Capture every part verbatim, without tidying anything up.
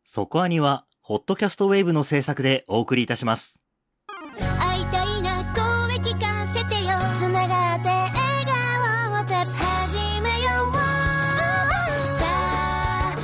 そこアニはホットキャストウェーブの制作でお送りいたします。 会いたいな、声聞かせてよ。つながって笑顔をて始めよう。さあ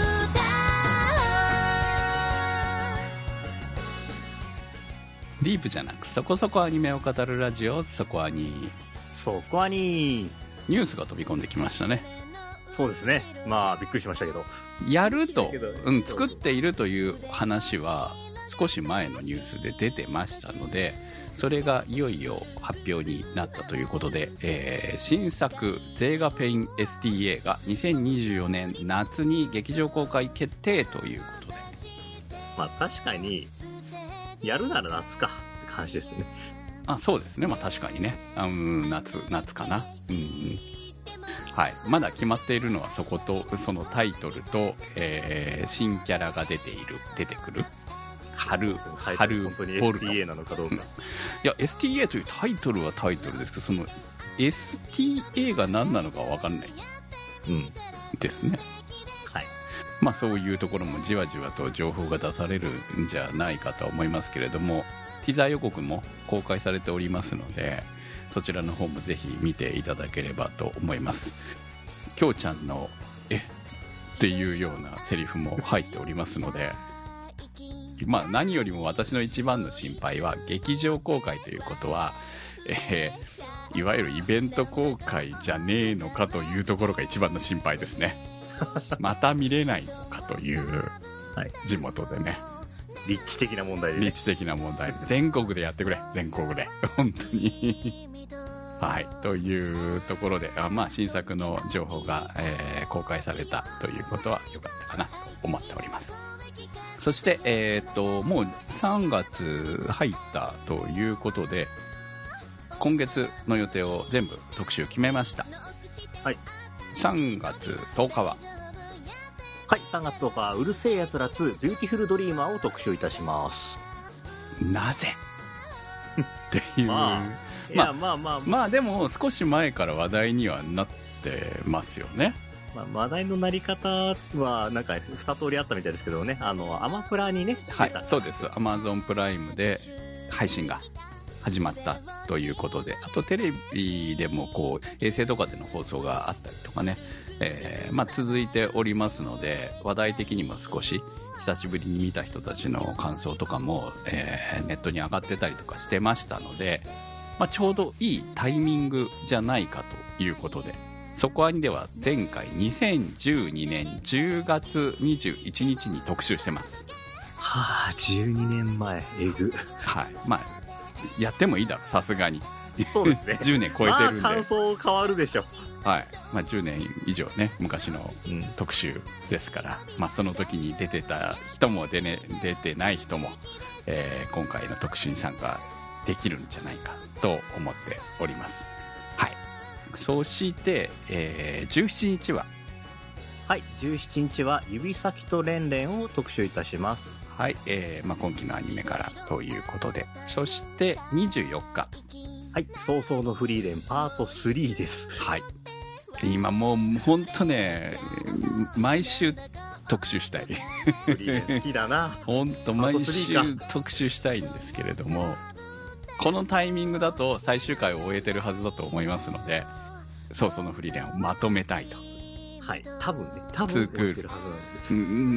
歌おう。ディープじゃなくそこそこアニメを語るラジオ、そこアニ。 そこアニ。 ニュースが飛び込んできましたね。 そうですね。まあびっくりしましたけど、 やると、うん、作っているという話は少し前のニュースで出てましたので、それがいよいよ発表になったということで、えー、新作ゼーガペイン エスティーエー がにせんにじゅうよねん夏に劇場公開決定ということで、 まあ確かにやるなら夏かって感じですね。 あ、そうですね。まあ確かにね、うん、夏夏かな。うん、はい、まだ決まっているのはそことそのタイトルと、えー、新キャラが出ている出てくる春春本当に エスティーエー なのかどうか、うん、いや エスティーエー というタイトルはタイトルですけど、その エスティーエー が何なのか分かんない、うん、ですね。はい、まあそういうところもじわじわと情報が出されるんじゃないかと思いますけれども、ティザー予告も公開されておりますので、そちらの方もぜひ見ていただければと思います。きょうちゃんのえっていうようなセリフも入っておりますので、まあ何よりも私の一番の心配は劇場公開ということは、えー、いわゆるイベント公開じゃねえのかというところが一番の心配ですね。また見れないのかという、はい、地元でね、 立地的な問題で、ね、 立地的な問題、全国でやってくれ、全国で本当にはい、というところで、あ、まあ新作の情報が、えー、公開されたということは良かったかなと思っております。そして、えー、っともうさんがつ入ったということで、今月の予定を全部特集決めました。はい、さんがつとおかは、 はい、さんがつとおか、うるせえやつらツービューティフルドリーマーを特集いたします。 なぜっていう、まあ、 いや、まあまあまあでも少し前から話題にはなってますよね。 まあ、話題のなり方はなんかに通りあったみたいですけどね、あのアマプラにね、 はい、そうです。アマゾンプライムで配信が始まったということで、あとテレビでもこう衛星とかでの放送があったりとかね、えーまあ、続いておりますので、話題的にも少し久しぶりに見た人たちの感想とかも、えー、ネットに上がってたりとかしてましたので、まあ、ちょうどいいタイミングじゃないかということで、そこアニでは前回にせんじゅうにねんじゅうがつにじゅういちにちに特集してます。 はあ、じゅうにねんまえ、えぐ。 はい、まあやってもいいだろ、さすがに。 そうですね。 じゅうねん超えてるんで、まあ、 感想変わるでしょ。 はい、まあ、じゅうねん以上ね、昔の特集ですから、うん、まあ、その時に出てた人も出、ね、出てない人も、えー、今回の特集に参加できるんじゃないかと思っております。はい。そして、えー、じゅうしちにちは、 はい、じゅうしちにちは指先とレンレンを特集いたします。 はい、えーまあ、今期のアニメからということで、そしてにじゅうよっか、 はい、早々のフリーレンパートスリーです。 はい、今もう本当ね、毎週特集したい。 フリーレン好きだな。 本当毎週特集したいんですけれども、このタイミングだと最終回を終えてるはずだと思いますので、早々のフリーレンをまとめたいと。 はい、多分ね、多分終えてるはずなんで、 うん、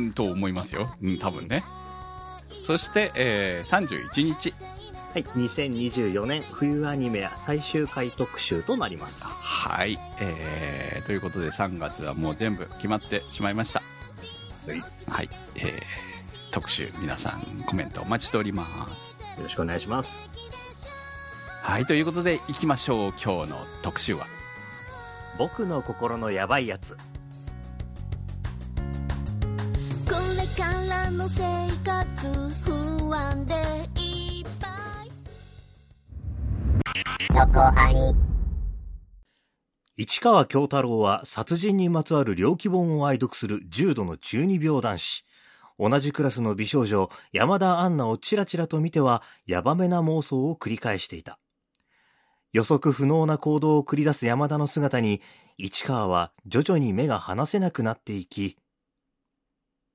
と思いますよ、うん、多分ね。そして、えー、さんじゅういちにち、 はい、にせんにじゅうよねん冬アニメ最終回特集となります。 はい、えー、ということでさんがつはもう全部決まってしまいました。はい、はい、えー、特集皆さんコメントお待ちしております。 よろしくお願いします。 はい、ということでいきましょう。今日の特集は僕の心のヤバいやつ。 これからの生活不安でいっぱい。そこアニ。 市川京太郎は殺人にまつわる猟奇本を愛読する重度の中二病男子。同じクラスの美少女山田杏奈をチラチラと見てはヤバめな妄想を繰り返していた。予測不能な行動を繰り出す山田の姿に市川は徐々に目が離せなくなっていき、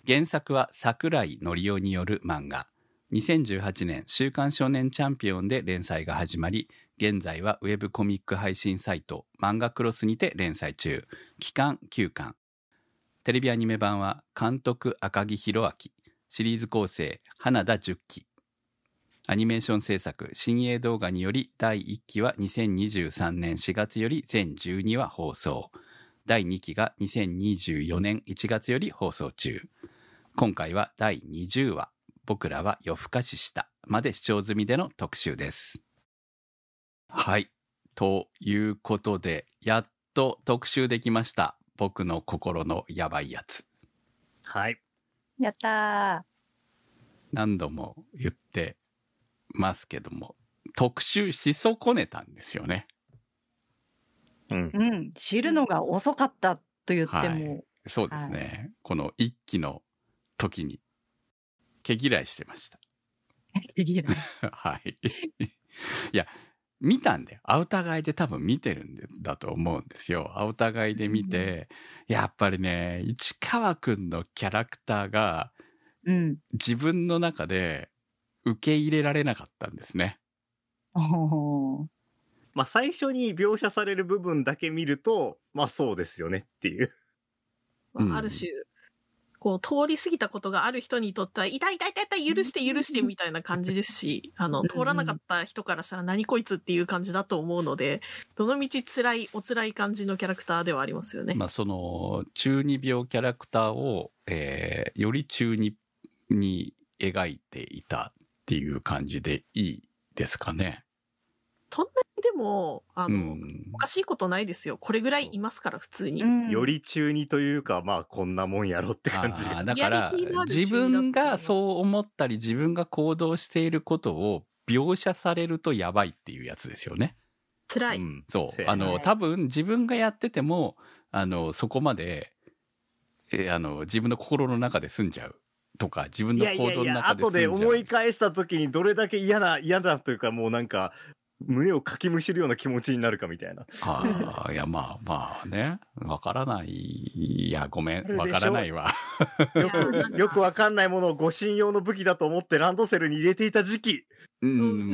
原作は桜井紀夫による漫画。にせんじゅうはちねん週刊少年チャンピオンで連載が始まり、現在はウェブコミック配信サイト漫画クロスにて連載中。期間きゅうかん。テレビアニメ版は監督赤木宏明、シリーズ構成花田十喜。アニメーション制作新鋭動画によりだいいっきはにせんにじゅうさんねんしがつより全じゅうにわ放送。だいにきがにせんにじゅうよねんいちがつより放送中。今回はだいにじゅうわ、僕らは夜更かししたまで視聴済みでの特集です。はい。ということで、やっと特集できました。僕の心のやばいやつ。 はい。 やったー。 何度も言ってますけども、特集し損ねたんですよね。 うん。 うん。知るのが遅かったと言っても。はい、 そうですね。はい、この一期の時に毛嫌いしてました。 毛嫌いはい。いや、見たんで、アウター買いで多分見てるんだと思うんですよ。アウター買いで見て、うん、やっぱりね、市川くんのキャラクターが、うん、自分の中で受け入れられなかったんですね。 おまあ最初に描写される部分だけ見ると、まあそうですよねっていう。 まあ、ある種、こう通り過ぎたことがある人にとっては、痛い痛い痛い痛い許して許してみたいな感じですし、あの、通らなかった人からしたら何こいつっていう感じだと思うので、どのみち辛い、お辛い感じのキャラクターではありますよね。 まあその、中二病キャラクターを、えー、より中二に描いていたっていう感じでいいですかね。 そんなにでも、あの、うん、おかしいことないですよ。これぐらいいますから、普通に。うん、 より中二というか、まあ、こんなもんやろって感じ。 だから、自分がそう思ったり、自分が行動していることを描写されるとやばいっていうやつですよね。 辛い。 うん、そう。あの、多分、自分がやってても、あの、そこまで、えあの、自分の心の中で済んじゃう。とか、自分の行動の中で済んじゃう。いやいやいや、 後で思い返した時にどれだけ嫌な、嫌だというか、もうなんか、胸をかきむしるような気持ちになるかみたいな。 ああ、いや、まあまあね。わからない。いや、ごめん。わからないわ。 よく、よくわかんないものを護身用の武器だと思ってランドセルに入れていた時期。 うん、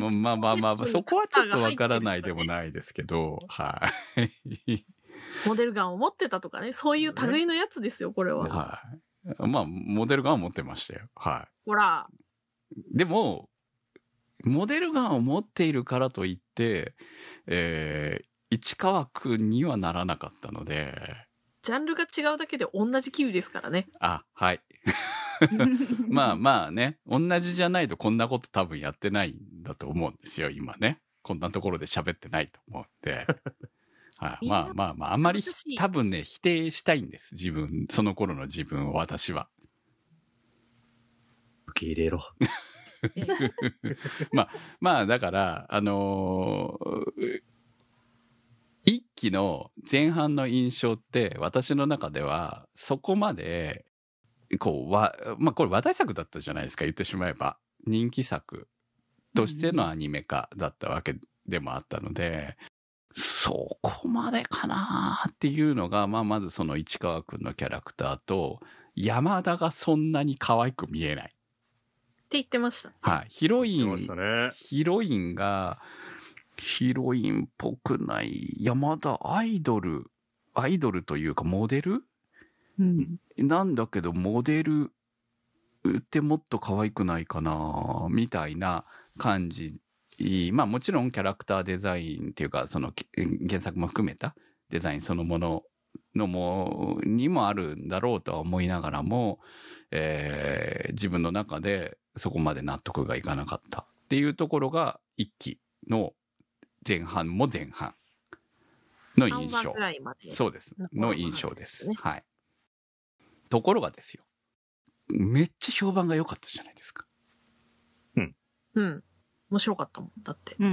まあまあまあ、そこはちょっとわからないでもないですけど、はい。 モデルガンを持ってたとかね。そういう類のやつですよ、これは。 はい。まあ、モデルガンを持ってましたよ。はい。 ほら。 でも、モデルガンを持っているからといって、えー、市川くんにはならなかったので。 ジャンルが違うだけで同じキウイですからね。 あ、はい。まあまあね、同じじゃないとこんなこと多分やってないんだと思うんですよ、今ね。こんなところで喋ってないと思うんで。はい、まあまあまあ、あんまり多分ね、否定したいんです。自分、その頃の自分を私は。 受け入れろ。 まあ、まあ、だから、あのー、一期の前半の印象って、私の中では、そこまで、こう、わ、まあ、これ話題作だったじゃないですか、言ってしまえば。人気作としてのアニメ化だったわけでもあったので、うん、そこまでかなっていうのが、まあ、まずその市川くんのキャラクターと、山田がそんなに可愛く見えない。 って言ってました。 はい。ヒロイン、 ね、 ヒロインが、ヒロインっぽくない、山田アイドル、アイドルというかモデル、うん、なんだけど、モデルってもっと可愛くないかな、みたいな感じ。まあもちろんキャラクターデザインっていうか、その原作も含めたデザインそのもののもにもあるんだろうとは思いながらも、えー、自分の中でそこまで納得がいかなかったっていうところが一期の前半も前半の印象。そうです。の印象です。はい。ところがですよ。めっちゃ評判が良かったじゃないですか。 うん。 うん。面白かったもん。だって。 うんうん。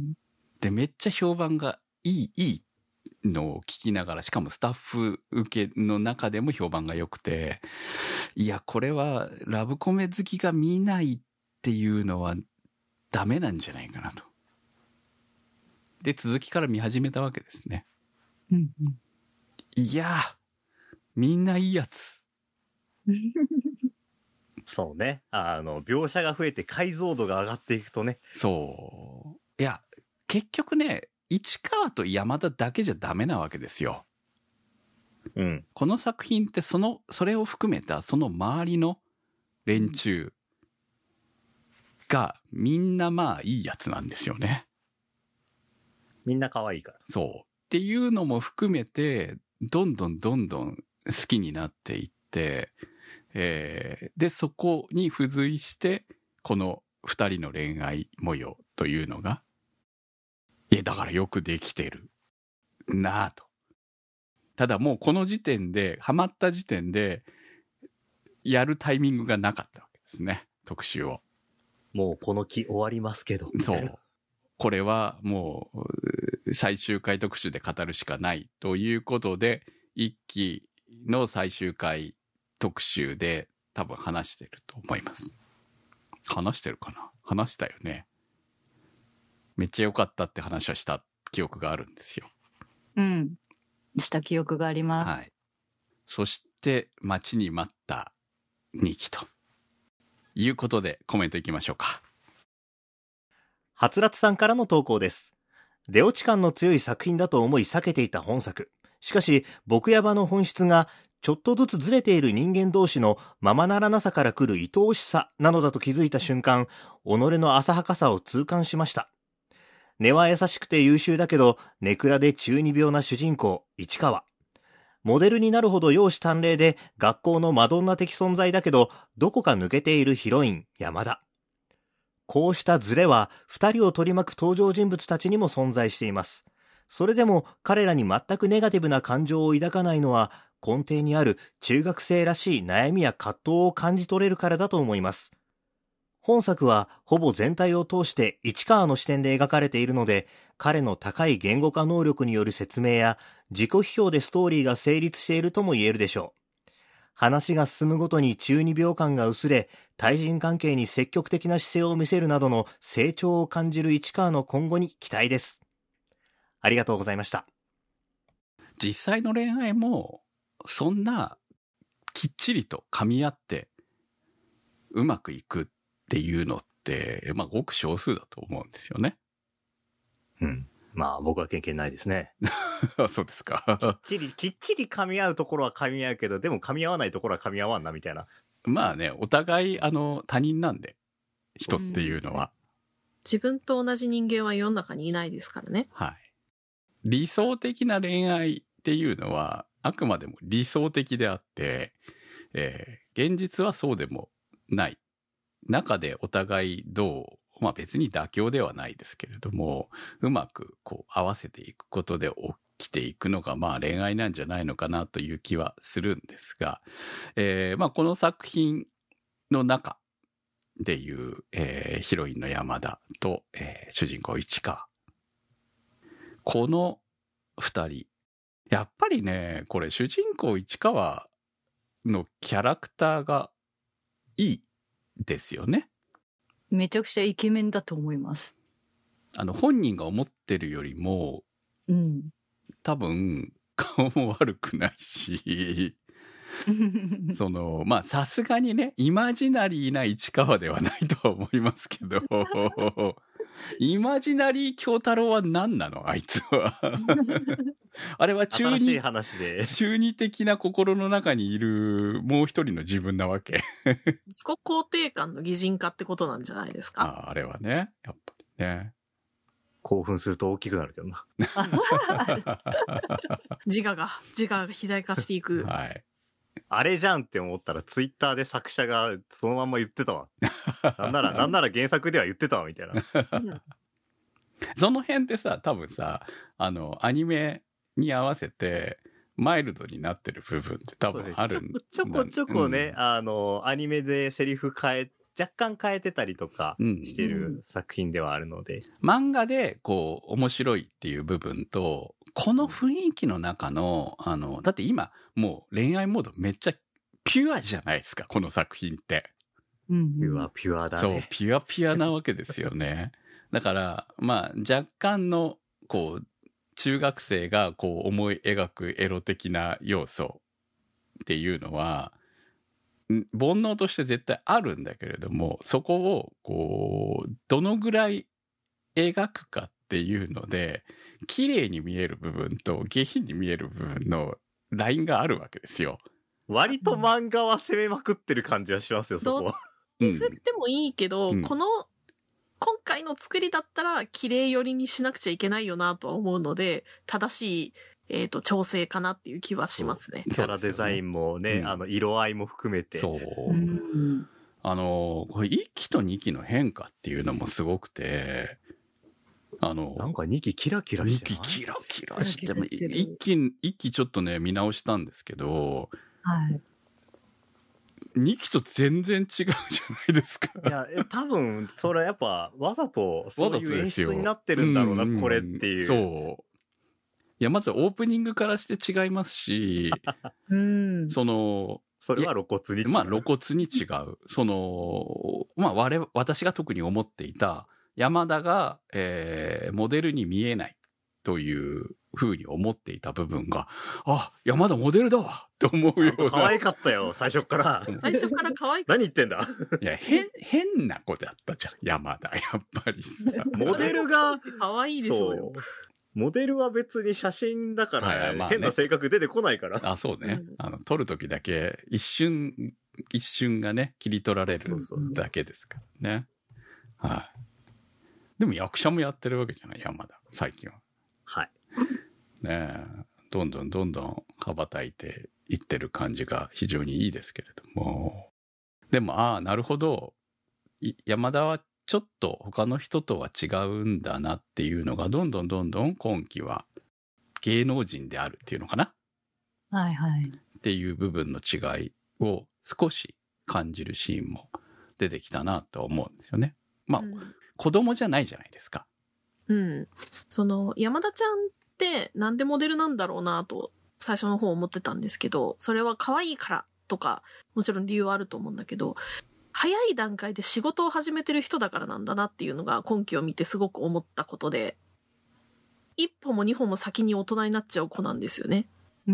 で、めっちゃ評判がいい、いいのを聞きながら、しかもスタッフ受けの中でも評判が良くて、いや、これはラブコメ好きが見ないっていうのはダメなんじゃないかなと。で、続きから見始めたわけですね。 うんうん、 いや、みんないいやつ。 そうね。あの、描写が増えて解像度が上がっていくとね。 そう。いや、結局ね、市川と山田だけじゃダメなわけですよ。 うん。 この作品ってその、それを含めたその周りの連中がみんなまあいいやつなんですよね。 みんな可愛いから。 そう。っていうのも含めて、どんどんどんどん好きになっていって、えー、で、そこに付随して、この二人の恋愛模様というのが、いや、だからよくできてるなぁと。ただもうこの時点で、ハマった時点で、やるタイミングがなかったわけですね、特集を。 もうこの期終わりますけど。 そう。これはもう最終回特集で語るしかないということで、一期の最終回特集で多分話してると思います。話してるかな？話したよね。めっちゃ良かったって話はした記憶があるんですよ。 うん。した記憶があります。 はい。そして待ちに待ったにきということでコメントいきましょうか。 はつらつさんからの投稿です。出落ち感の強い作品だと思い避けていた本作。しかし、僕やばの本質が、ちょっとずつずれている人間同士のままならなさから来る愛おしさなのだと気づいた瞬間、己の浅はかさを痛感しました。根は優しくて優秀だけど、根暗で中二病な主人公、市川。モデルになるほど容姿端麗で、学校のマドンナ的存在だけど、どこか抜けているヒロイン、山田。こうしたズレは二人を取り巻く登場人物たちにも存在しています。それでも彼らに全くネガティブな感情を抱かないのは根底にある中学生らしい悩みや葛藤を感じ取れるからだと思います。本作はほぼ全体を通して市川の視点で描かれているので、彼の高い言語化能力による説明や自己批評でストーリーが成立しているとも言えるでしょう。話が進むごとに中二病感が薄れ、対人関係に積極的な姿勢を見せるなどの成長を感じる市川の今後に期待です。ありがとうございました。 実際の恋愛も、そんなきっちりと噛み合ってうまくいくっていうのって、まあごく少数だと思うんですよね。 うん。まあ僕は経験ないですね。 そうですか。 きっちり、きっちり噛み合うところは噛み合うけど、でも噛み合わないところは噛み合わんなみたいな。 まあね、お互いあの他人なんで、人っていうのは。 自分と同じ人間は世の中にいないですからね。 はい。理想的な恋愛っていうのは、あくまでも理想的であって、えー、現実はそうでもない。中でお互いどう、まあ別に妥協ではないですけれども、うまくこう合わせていくことで起きていくのがまあ恋愛なんじゃないのかなという気はするんですが、えー、まあこの作品の中でいう、えー、ヒロインの山田と、えー、主人公市川。この二人。やっぱりね、これ主人公市川のキャラクターがいいですよね。 めちゃくちゃイケメンだと思います。 あの本人が思ってるよりも、 うん、 多分顔も悪くないしそのまあさすがにねイマジナリーな市川ではないとは思いますけどイマジナリー京太郎は何なのあいつはあれは中二、 新しい話で中二的な心の中にいるもう一人の自分なわけ自己肯定感の擬人化ってことなんじゃないですか。 あ, あれはねやっぱりね興奮すると大きくなるけどな自我が自我が肥大化していく、 はい、 あれじゃんって思ったらツイッターで作者がそのまんま言ってたわなんならなんなら原作では言ってたわみたいな、 うん、 その辺ってさ多分さあのアニメに合わせてマイルドになってる部分って多分あるんだ、 ちょこちょこね、 うん、 あのアニメでセリフ変え若干変えてたりとかしてる作品ではあるので、 うん、漫画でこう面白いっていう部分とこの雰囲気の中のあのだって今もう恋愛モードめっちゃピュアじゃないですかこの作品って、 うん、 ピュアピュアだね。 そうピュアピュアなわけですよねだからまあ若干のこう中学生がこう思い描くエロ的な要素っていうのは煩悩として絶対あるんだけれども、そこをこうどのぐらい描くかっていうので、綺麗に見える部分と下品に見える部分のラインがあるわけですよ。 割と漫画は攻めまくってる感じはしますよ、そこは。 振ってもいいけど、 うん、 この今回の作りだったら綺麗寄りにしなくちゃいけないよなとは思うので、正しい、えーと、調整かなっていう気はしますね。 キャラデザインもね、うん、あの色合いも含めて。 そう。うん、あのこれいっきとにきの変化っていうのもすごくて、あのなんかにきキラキラしてない？ にきキラキラしてもいっきいっきちょっとね見直したんですけど、 はい。 にきと全然違うじゃないですか。 いや、え多分それやっぱわざとそういう演出になってるんだろうな、うん、これっていう。 そう。いやまずオープニングからして違いますし、 うん、 そのそれは露骨に違う。 まあ露骨に違う。そのまあ我私が特に思っていた山田が、えー、モデルに見えないというふうに思っていた部分が、あ、山田モデルだわって思うような。 可愛かったよ、最初から。 最初から可愛い。 何言ってんだ。 いや、変、変な子だったじゃん、山田、やっぱりさ。 モデルが、 可愛いでしょうよ。 モデルは別に写真だから、はいまあね、変な性格出てこないから。 あ、そうね。うん、あの、撮るときだけ、一瞬、一瞬がね、切り取られるだけですからね。はい。でも役者もやってるわけじゃない、山田、最近は。 はい。 ねえ、どんどんどんどん羽ばたいていってる感じが非常にいいですけれども。でも、ああ、なるほど。山田はちょっと他の人とは違うんだなっていうのが、どんどんどんどん今期は芸能人であるっていうのかな。 はいはい。 っていう部分の違いを少し感じるシーンも出てきたなと思うんですよね。まあ、うん、子供じゃないじゃないですか。 うん。その、山田ちゃんってなんでモデルなんだろうなと最初の方思ってたんですけど、それは可愛いからとか、もちろん理由はあると思うんだけど、早い段階で仕事を始めてる人だからなんだなっていうのが今期を見てすごく思ったことで、一歩も二歩も先に大人になっちゃう子なんですよね。 うん。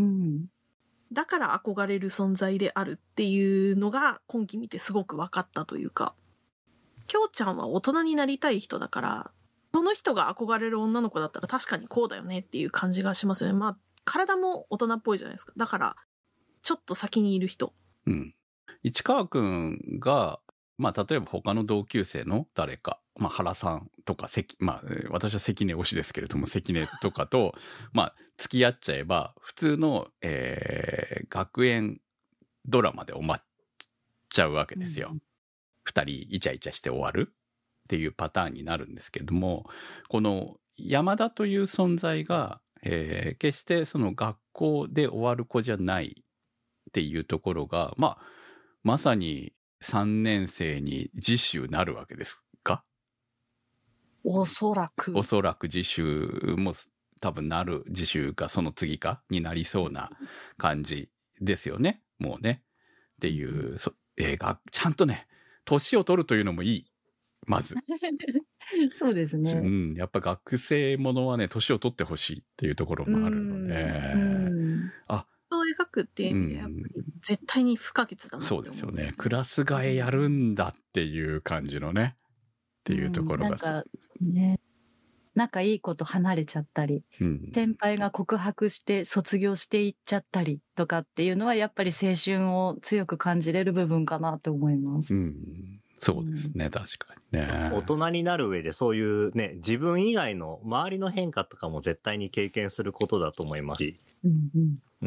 だから憧れる存在であるっていうのが今期見てすごく分かったというか、きょうちゃんは大人になりたい人だから、その人が憧れる女の子だったら確かにこうだよねっていう感じがしますよね。まあ、体も大人っぽいじゃないですか。だから、ちょっと先にいる人。 うん。市川くんが、まあ、例えば他の同級生の誰か、まあ、原さんとか、関、まあ、私は関根推しですけれども、関根とかと、まあ、付き合っちゃえば、普通の、えー、学園ドラマで終わっちゃうわけですよ。二、うん、人イチャイチャして終わるっていうパターンになるんですけれども、この山田という存在が、えー、決してその学校で終わる子じゃないっていうところが、まあ、まさにさんねん生に次週なるわけですか？ おそらく。 おそらく次週も多分なる、次週かその次かになりそうな感じですよね。もうね。っていう、そ映画、ちゃんとね、年を取るというのもいい。まず。 そうですね。 うん。やっぱ学生ものはね、年を取ってほしいっていうところもあるので。あ、 そう描くっていう意味でやっぱり絶対に不可欠だなって思う、 そうですよね。クラス替えやるんだっていう感じのね、っていうところが、うん、 なんかね、仲いい子と離れちゃったり、うん、先輩が告白して卒業していっちゃったりとかっていうのはやっぱり青春を強く感じれる部分かなと思います。 うん、そうですね、うん、確かにね。 大人になる上でそういうね、自分以外の周りの変化とかも絶対に経験することだと思いますし、 うんうんうん、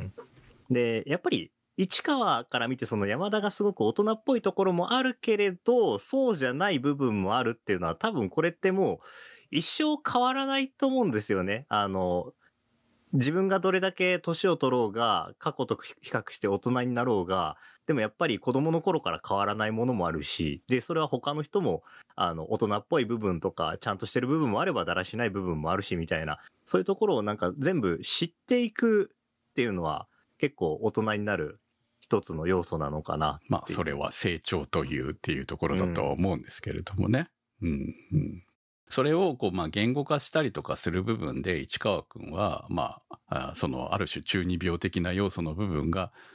でやっぱり市川から見てその山田がすごく大人っぽいところもあるけれど、そうじゃない部分もあるっていうのは多分これってもう一生変わらないと思うんですよね。あの自分がどれだけ年を取ろうが過去と比較して大人になろうが、でもやっぱり子供の頃から変わらないものもあるし、でそれは他の人もあの大人っぽい部分とかちゃんとしてる部分もあればだらしない部分もあるしみたいな、そういうところをなんか全部知っていくっていうのは結構大人になる一つの要素なのかな。 まあそれは成長というっていうところだと思うんですけれどもね。うん、うんうん、それをこうまあ言語化したりとかする部分で市川くんはまあ、あそのある種中二病的な要素の部分が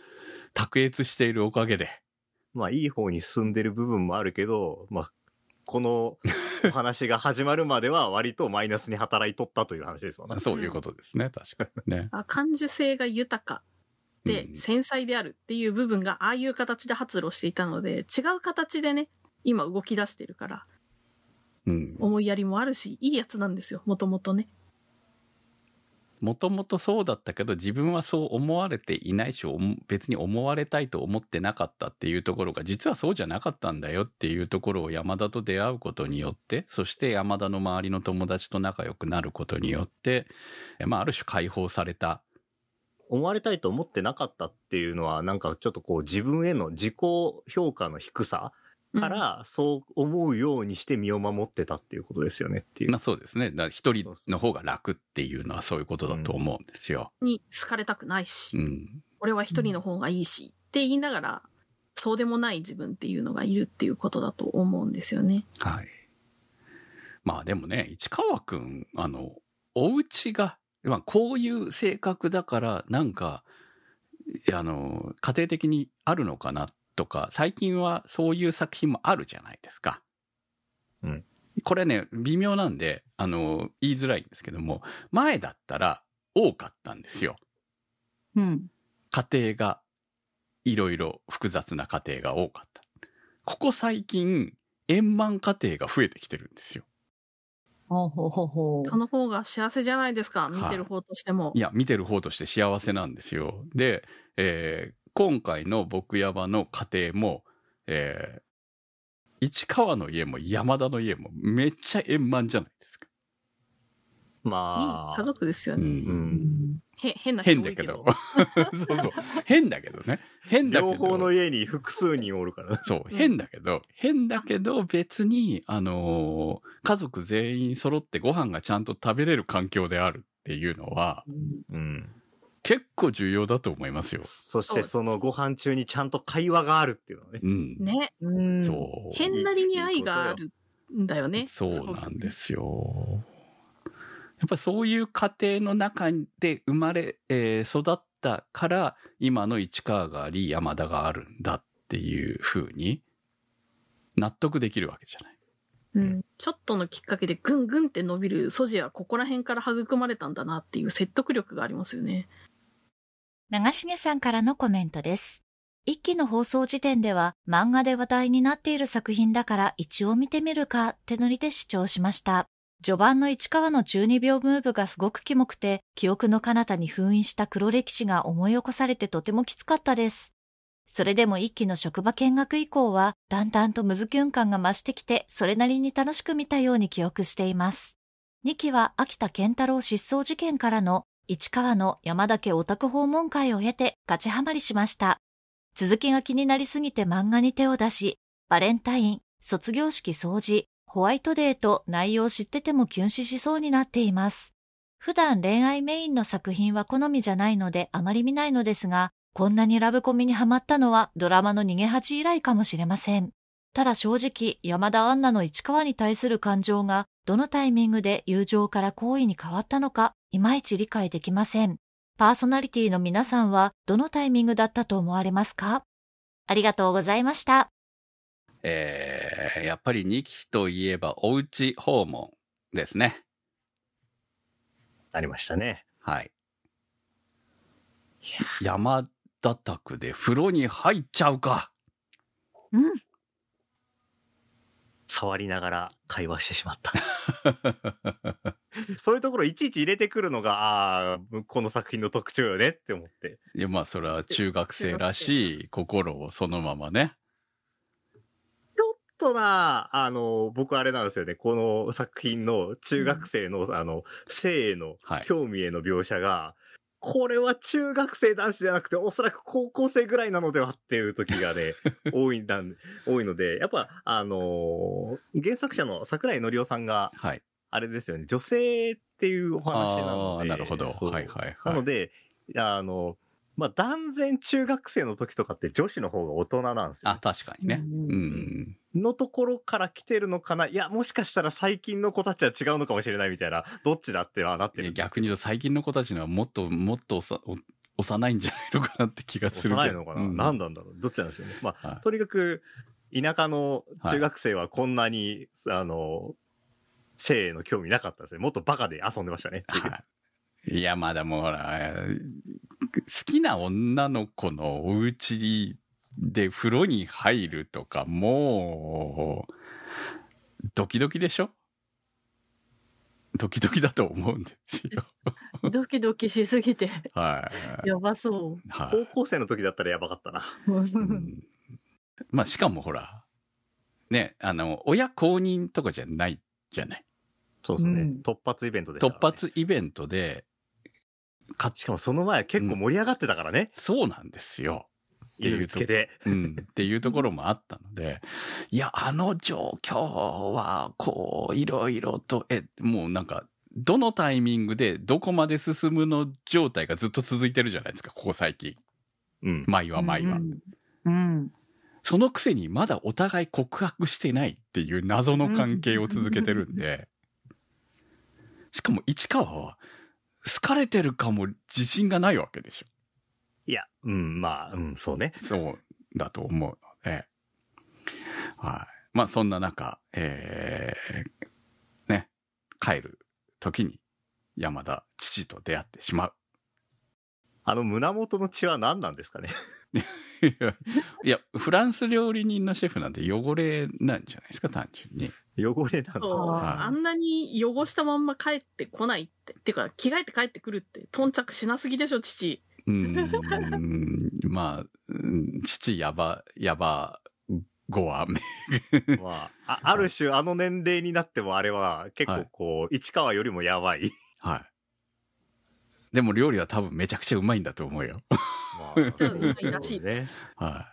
卓越しているおかげで。 まあいい方に進んでる部分もあるけど、まあこのお話が始まるまでは割とマイナスに働いとったという話ですよね。 そういうことですね、確かにね。 あ、感受性が豊かで繊細であるっていう部分がああいう形で発露していたので、違う形でね、今動き出してるから、うん、思いやりもあるし、いいやつなんですよ、もともとね。 もともとそうだったけど、自分はそう思われていないし、別に思われたいと思ってなかったっていうところが、実はそうじゃなかったんだよっていうところを山田と出会うことによって、そして山田の周りの友達と仲良くなることによって、まあある種解放された。 思われたいと思ってなかったっていうのは、なんかちょっとこう自分への自己評価の低さからそう思うようにして身を守ってたっていうことですよねっていう。 まあそうですね。だから一人の方が楽っていうのはそういうことだと思うんですよ。 うん、に好かれたくないし、うん、俺は一人の方がいいし、うん、って言いながら、そうでもない自分っていうのがいるっていうことだと思うんですよね。 はい。まあでもね、市川くん、あの、お家が、まあこういう性格だから、なんか、あの、家庭的にあるのかなとか、最近はそういう作品もあるじゃないですか。うん。これね、微妙なんで、あの、言いづらいんですけども、前だったら多かったんですよ。 うん。 家庭が、いろいろ複雑な家庭が多かった。ここ最近、円満家庭が増えてきてるんですよ。 ほうほうほうほう。 その方が幸せじゃないですか、見てる方としても。はい、いや、見てる方として幸せなんですよ。で、えー、今回の僕山の家庭も、えー、市川の家も山田の家もめっちゃ円満じゃないですか。 まあ。 いい家族ですよね。うん、へ変な人多いけど。 変だけど。そうそう。変だけどね。変だけど。 両方の家に複数人おるから。 そう。変だけど、変だけど別に、あのー、家族全員揃ってご飯がちゃんと食べれる環境であるっていうのは、うん、結構重要だと思いますよ。 そしてそのご飯中にちゃんと会話があるっていうのはね。 うん。ね。うん。そう。変なりに愛があるんだよね。 そうなんですよ。やっぱりそういう家庭の中で生まれ、えー、育ったから今の市川があり山田があるんだっていう風に納得できるわけじゃない。 うん、ちょっとのきっかけでぐんぐんって伸びる素地はここら辺から育まれたんだなっていう説得力がありますよね。 長重さんからのコメントです。一期の放送時点では漫画で話題になっている作品だから一応見てみるかってノリで視聴しました。序盤の市川の中二病ムーブがすごくキモくて、記憶の彼方に封印した黒歴史が思い起こされてとてもきつかったです。それでも一期の職場見学以降は、だんだんとムズキュン感が増してきて、それなりに楽しく見たように記憶しています。にきは秋田健太郎失踪事件からの市川の山田家オタク訪問会を経てガチハマりしました。続きが気になりすぎて漫画に手を出し、バレンタイン、卒業式掃除、ホワイトデーと内容を知っててもキュン死しそうになっています。普段恋愛メインの作品は好みじゃないのであまり見ないのですが、こんなにラブコミにハマったのはドラマの逃げ恥以来かもしれません。ただ正直、山田杏奈の市川に対する感情がどのタイミングで友情から好意に変わったのか、いまいち理解できません。パーソナリティの皆さんはどのタイミングだったと思われますか？ありがとうございました。 えー、やっぱりにきといえばおうち訪問ですね。 ありましたね。 はい。山田宅で風呂に入っちゃうか。 うん。 触りながら会話してしまった。そういうところいちいち入れてくるのが、ああ、この作品の特徴よねって思って。 いや、まあそれは中学生らしい心をそのままね。 ちょっとな、あの、僕あれなんですよね。この作品の中学生の、うん、あの、性への興味への描写が、はい、これは中学生男子じゃなくて、おそらく高校生ぐらいなのではっていう時がね、多いんだ、多いので、やっぱ、あのー、原作者の桜井のりおさんが、はい、あれですよね、女性っていうお話なので。 ああ、なるほど。はいはいはい。 なので、あの、まあ、断然中学生の時とかって女子の方が大人なんですよ、 ね。あ、確かにね。うん。 のところから来てるのかな。いや、もしかしたら最近の子たちは違うのかもしれないみたいな、どっちだってはなってるんです。 逆に言うと最近の子たちのはもっともっと大幼いんじゃないのかなって気がするけど。 幼いのかな、うん、何なんだろう。どっちなんでしょうね。まあ、 はい、 とにかく、田舎の中学生はこんなに、はい、あの、性への興味なかったですね。もっとバカで遊んでましたね。 はい、いや、まだもうほら、好きな女の子のお家で風呂に入るとか、もう、ドキドキでしょ？ドキドキだと思うんですよ。 ドキドキしすぎて。 はい。 やばそう。 はい、高校生の時だったらやばかったな。 うん、まあ、しかもほら、ね、あの、親公認とかじゃないじゃない。 そうですね。うん、突発イベントでしたから、ね。突発イベントで、 しかもその前結構盛り上がってたからね。うん、 そうなんですよ。 っていうと、 うん、っていうところもあったので、いや、あの状況は、こう、いろいろと、え、もうなんか、どのタイミングでどこまで進むの状態がずっと続いてるじゃないですか、ここ最近。うん。毎は毎は。うん。うん、そのくせにまだお互い告白してないっていう謎の関係を続けてるんで、しかも市川は、好かれてるかも自信がないわけでしょ。 いや、うん、まあ、うん、そうね。 そうだと思うので。はい。まあ、そんな中、えー、ね、帰る時に山田父と出会ってしまう。 あの胸元の血は何なんですかね。 いや、いや、フランス料理人のシェフなんて汚れなんじゃないですか、単純に。 汚れなんだ。 はい、あんなに汚したまんま帰ってこないって。っていうか、着替えて帰ってくるって、頓着しなすぎでしょ、父。 うーんまあ、父やば、やば、ごはめ。 まあ、あ、ある種あの年齢になってもあれは結構こう、はい、市川よりもやばい。 はい。でも料理は多分めちゃくちゃうまいんだと思うよ。まあ、うまいらしいです。 はい。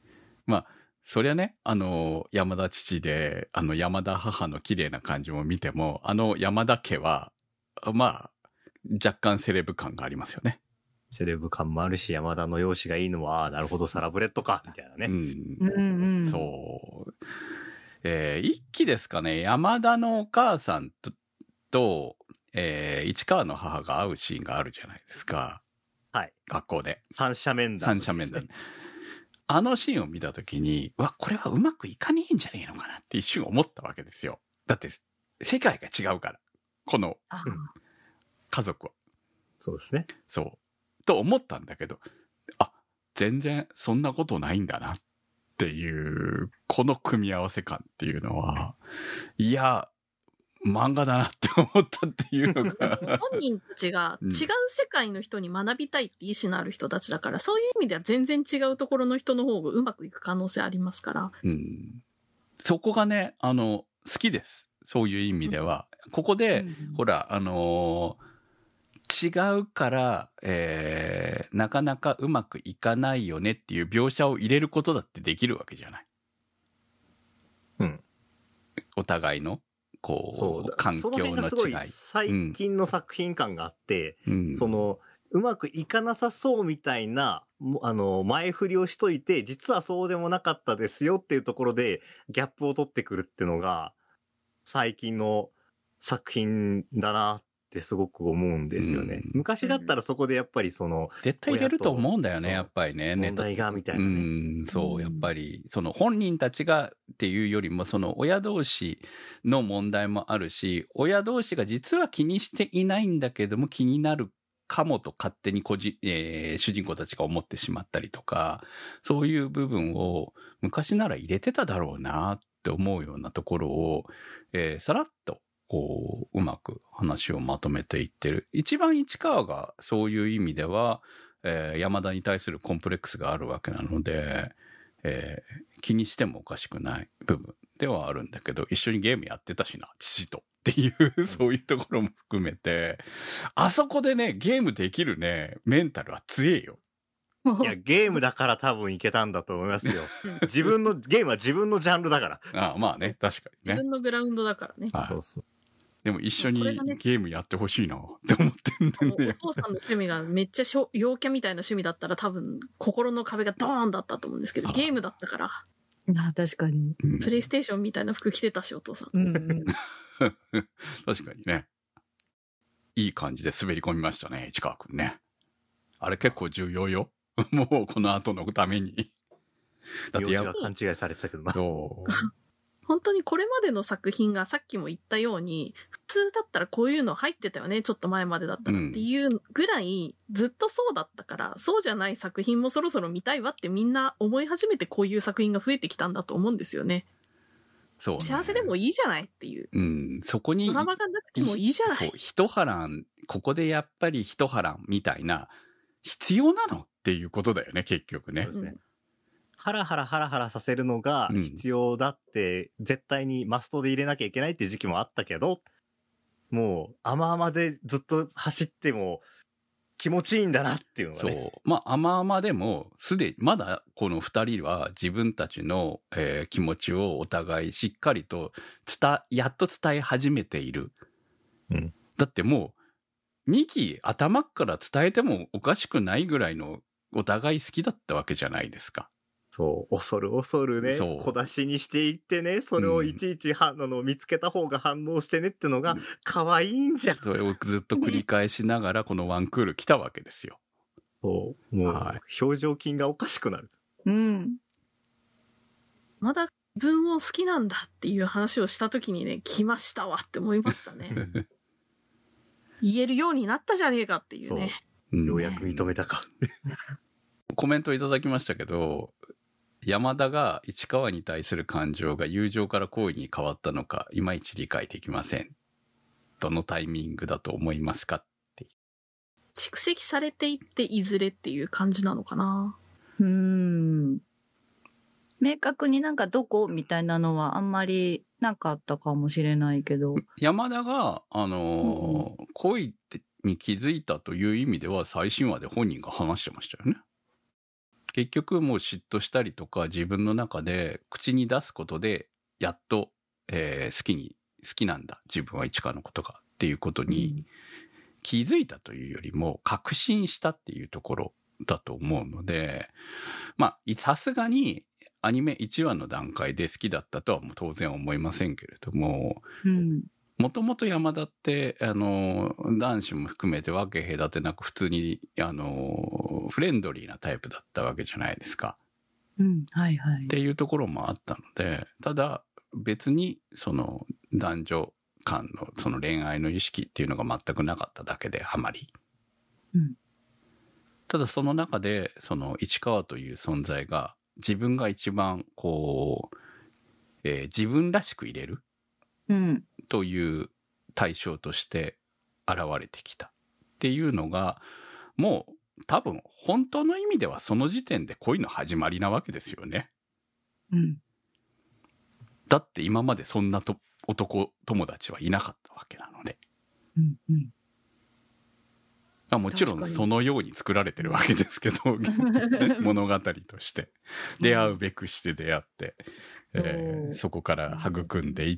まあ、そりゃね、あの、山田父で、あの山田母の綺麗な感じも見ても、あの山田家は、まあ、若干セレブ感がありますよね。 セレブ感もあるし、山田の容姿がいいのは、ああ、なるほど、サラブレッドか、みたいなね。うん。 うんうん、そう。えー、一期ですかね、山田のお母さんと、とえー、市川の母が会うシーンがあるじゃないですか。 はい。 学校で。 三者面談、 ね。三者面談。あのシーンを見たときに、わ、これはうまくいかねえんじゃねえのかなって一瞬思ったわけですよ。だって、世界が違うから。この、家族は。 そうですね。 そう。と思ったんだけど、あ、全然そんなことないんだなっていう、この組み合わせ感っていうのは、いや、漫画だなって思ったっていうのが。 本人たちが違う世界の人に学びたいって意思のある人たちだから、うん、そういう意味では全然違うところの人の方がうまくいく可能性ありますから。 うん、そこがね、あの、好きです。そういう意味では。うん、ここで、うん、ほら、あのー、違うから、えー、なかなかうまくいかないよねっていう描写を入れることだってできるわけじゃない。 うん。 お互いの、こう、環境の違い。その辺がすごい最近の作品感があって、うん、その、うまくいかなさそうみたいな、あの、前振りをしといて、実はそうでもなかったですよっていうところで、ギャップを取ってくるっていうのが、最近の作品だなってすごく思うんですよね。うん、昔だったらそこでやっぱりその、 絶対入れると思うんだよね、やっぱりね。 問題がみたいなね。 うん、そう、やっぱり、その本人たちがっていうよりも、その親同士の問題もあるし、親同士が実は気にしていないんだけども気になるかもと勝手にこじ、えー、主人公たちが思ってしまったりとか、そういう部分を昔なら入れてただろうなって思うようなところを、えー、さらっとこう、うまく話をまとめていってる。一番市川がそういう意味では、えー、山田に対するコンプレックスがあるわけなので、えー、気にしてもおかしくない部分ではあるんだけど、一緒にゲームやってたしな、父とっていう、そういうところも含めて、あそこでね、ゲームできるね、メンタルは強えよ。 いや、ゲームだから多分いけたんだと思いますよ。自分の、ゲームは自分のジャンルだから。 ああ、まあね、確かにね。 自分のグラウンドだからね。 はい、そうそう。でも一緒にゲームやってほしいなって思ってんだね。お父さんの趣味がめっちゃ陽キャみたいな趣味だったら多分心の壁がドーンだったと思うんですけど、ゲームだったから。ああ、確かに。 プレイステーションみたいな服着てたし、お父さん。うんうん、 確かにね。いい感じで滑り込みましたね、市川くんね。 あれ結構重要よ。もうこの後のために。 だってや勘違いされてたけどな。 そう本当にこれまでの作品がさっきも言ったように、普通だったらこういうの入ってたよね、ちょっと前までだったらっていうぐらい、ずっとそうだったから、うん、そうじゃない作品もそろそろ見たいわってみんな思い始めてこういう作品が増えてきたんだと思うんですよね。そうね、幸せでもいいじゃないっていう。 うん、そこに。 ドラマがなくてもいいじゃない。 そう、一波乱、ここでやっぱり一波乱みたいな、必要なのっていうことだよね、結局ね。そうですね。 ハラハラハラハラさせるのが必要だって、うん、絶対にマストで入れなきゃいけないっていう時期もあったけど、もう甘々でずっと走っても気持ちいいんだなっていうのがね。 そう。まあ甘々でも、すでに、まだこの二人は自分たちの、えー、気持ちをお互いしっかりと伝、やっと伝え始めている。うん。だってもう、にき頭から伝えてもおかしくないぐらいのお互い好きだったわけじゃないですか。 そう、恐る恐るね、小出しにしていってね、それをいちいちは、うん、あの見つけた方が反応してねってのが可愛いんじゃん。 それをずっと繰り返しながらこのワンクール来たわけですよ。 そう、もう、はい、表情筋がおかしくなる。 うん。まだ自分を好きなんだっていう話をした時にね、来ましたわって思いましたね。言えるようになったじゃねえかっていうね。 そう、ようやく認めたか。 コメントいただきましたけど、山田が市川に対する感情が友情から好意に変わったのか、いまいち理解できません。どのタイミングだと思いますかって。 蓄積されていっていずれっていう感じなのかな。 うーん。明確になんかどこみたいなのはあんまりなかったかもしれないけど。 山田が、あのーうん、恋に気づいたという意味では最新話で本人が話してましたよね。結局もう嫉妬したりとか自分の中で口に出すことでやっと、えー、好きに好きなんだ自分は市川のことがっていうことに気づいたというよりも確信したっていうところだと思うので、まあさすがにアニメいちわの段階で好きだったとはもう当然思いませんけれども、もともと山田ってあの男子も含めて分け隔てなく普通にあのフレンドリーなタイプだったわけじゃないですか。 うん、はいはい。 っていうところもあったので、ただ別にその男女間のその恋愛の意識っていうのが全くなかっただけであまり。うん、ただその中でその市川という存在が自分が一番こう、えー、自分らしく入れる。うん。という対象として現れてきたっていうのがもう多分本当の意味ではその時点で恋の始まりなわけですよね。うん。だって今までそんなと男友達はいなかったわけなので。うんうん。まあ、もちろんそのように作られてるわけですけど物語として出会うべくして出会って。えー、そこから育んでいって、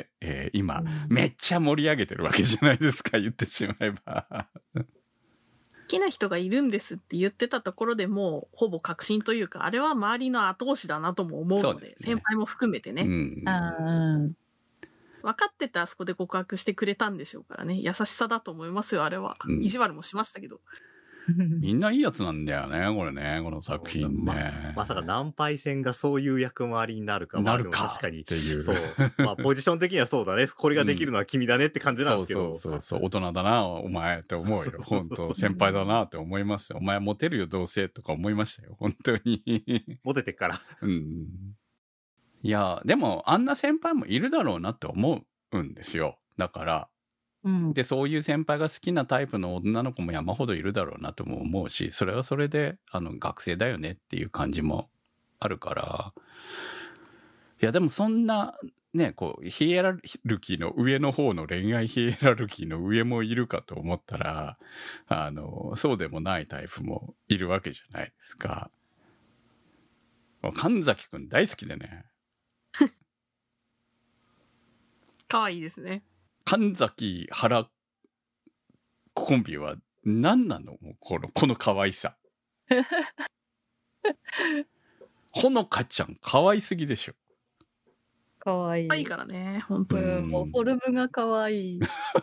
えー、今、うん、めっちゃ盛り上げてるわけじゃないですか、言ってしまえば。 好きな人がいるんですって言ってたところでもうほぼ確信というか、あれは周りの後押しだなとも思うの で, で、ね、先輩も含めてね、うん、あ分かっててあそこで告白してくれたんでしょうからね。優しさだと思いますよ、あれは。うん、意地悪もしましたけど。 みんないいやつなんだよね、これね、この作品ね。 ま, まさかナンパイセンがそういう役回りになるかなるか確かにっていう。 そう。まあポジション的にはそうだね。これができるのは君だねって感じなんですけど。 うん、そうそうそう。大人だな、お前って思うよ。本当先輩だなって思いますよ。お前モテるよ、どうせとか思いましたよ。本当に。 モテてっから。 うん。いや、でもあんな先輩もいるだろうなって思うんですよ。だから。うん、でそういう先輩が好きなタイプの女の子も山ほどいるだろうなとも思うし、それはそれであの学生だよねっていう感じもあるから、いやでもそんなねこうヒエラルキーの上の方の恋愛ヒエラルキーの上もいるかと思ったら、あのそうでもないタイプもいるわけじゃないですか。神崎くん大好きでね。 可愛いですね。 神崎原コンビは何なの？もうこのこの可愛さ。ほのかちゃん可愛すぎでしょ。 かわいい。 可愛いからね、本当に。 うん、もうフォルムがかわいい。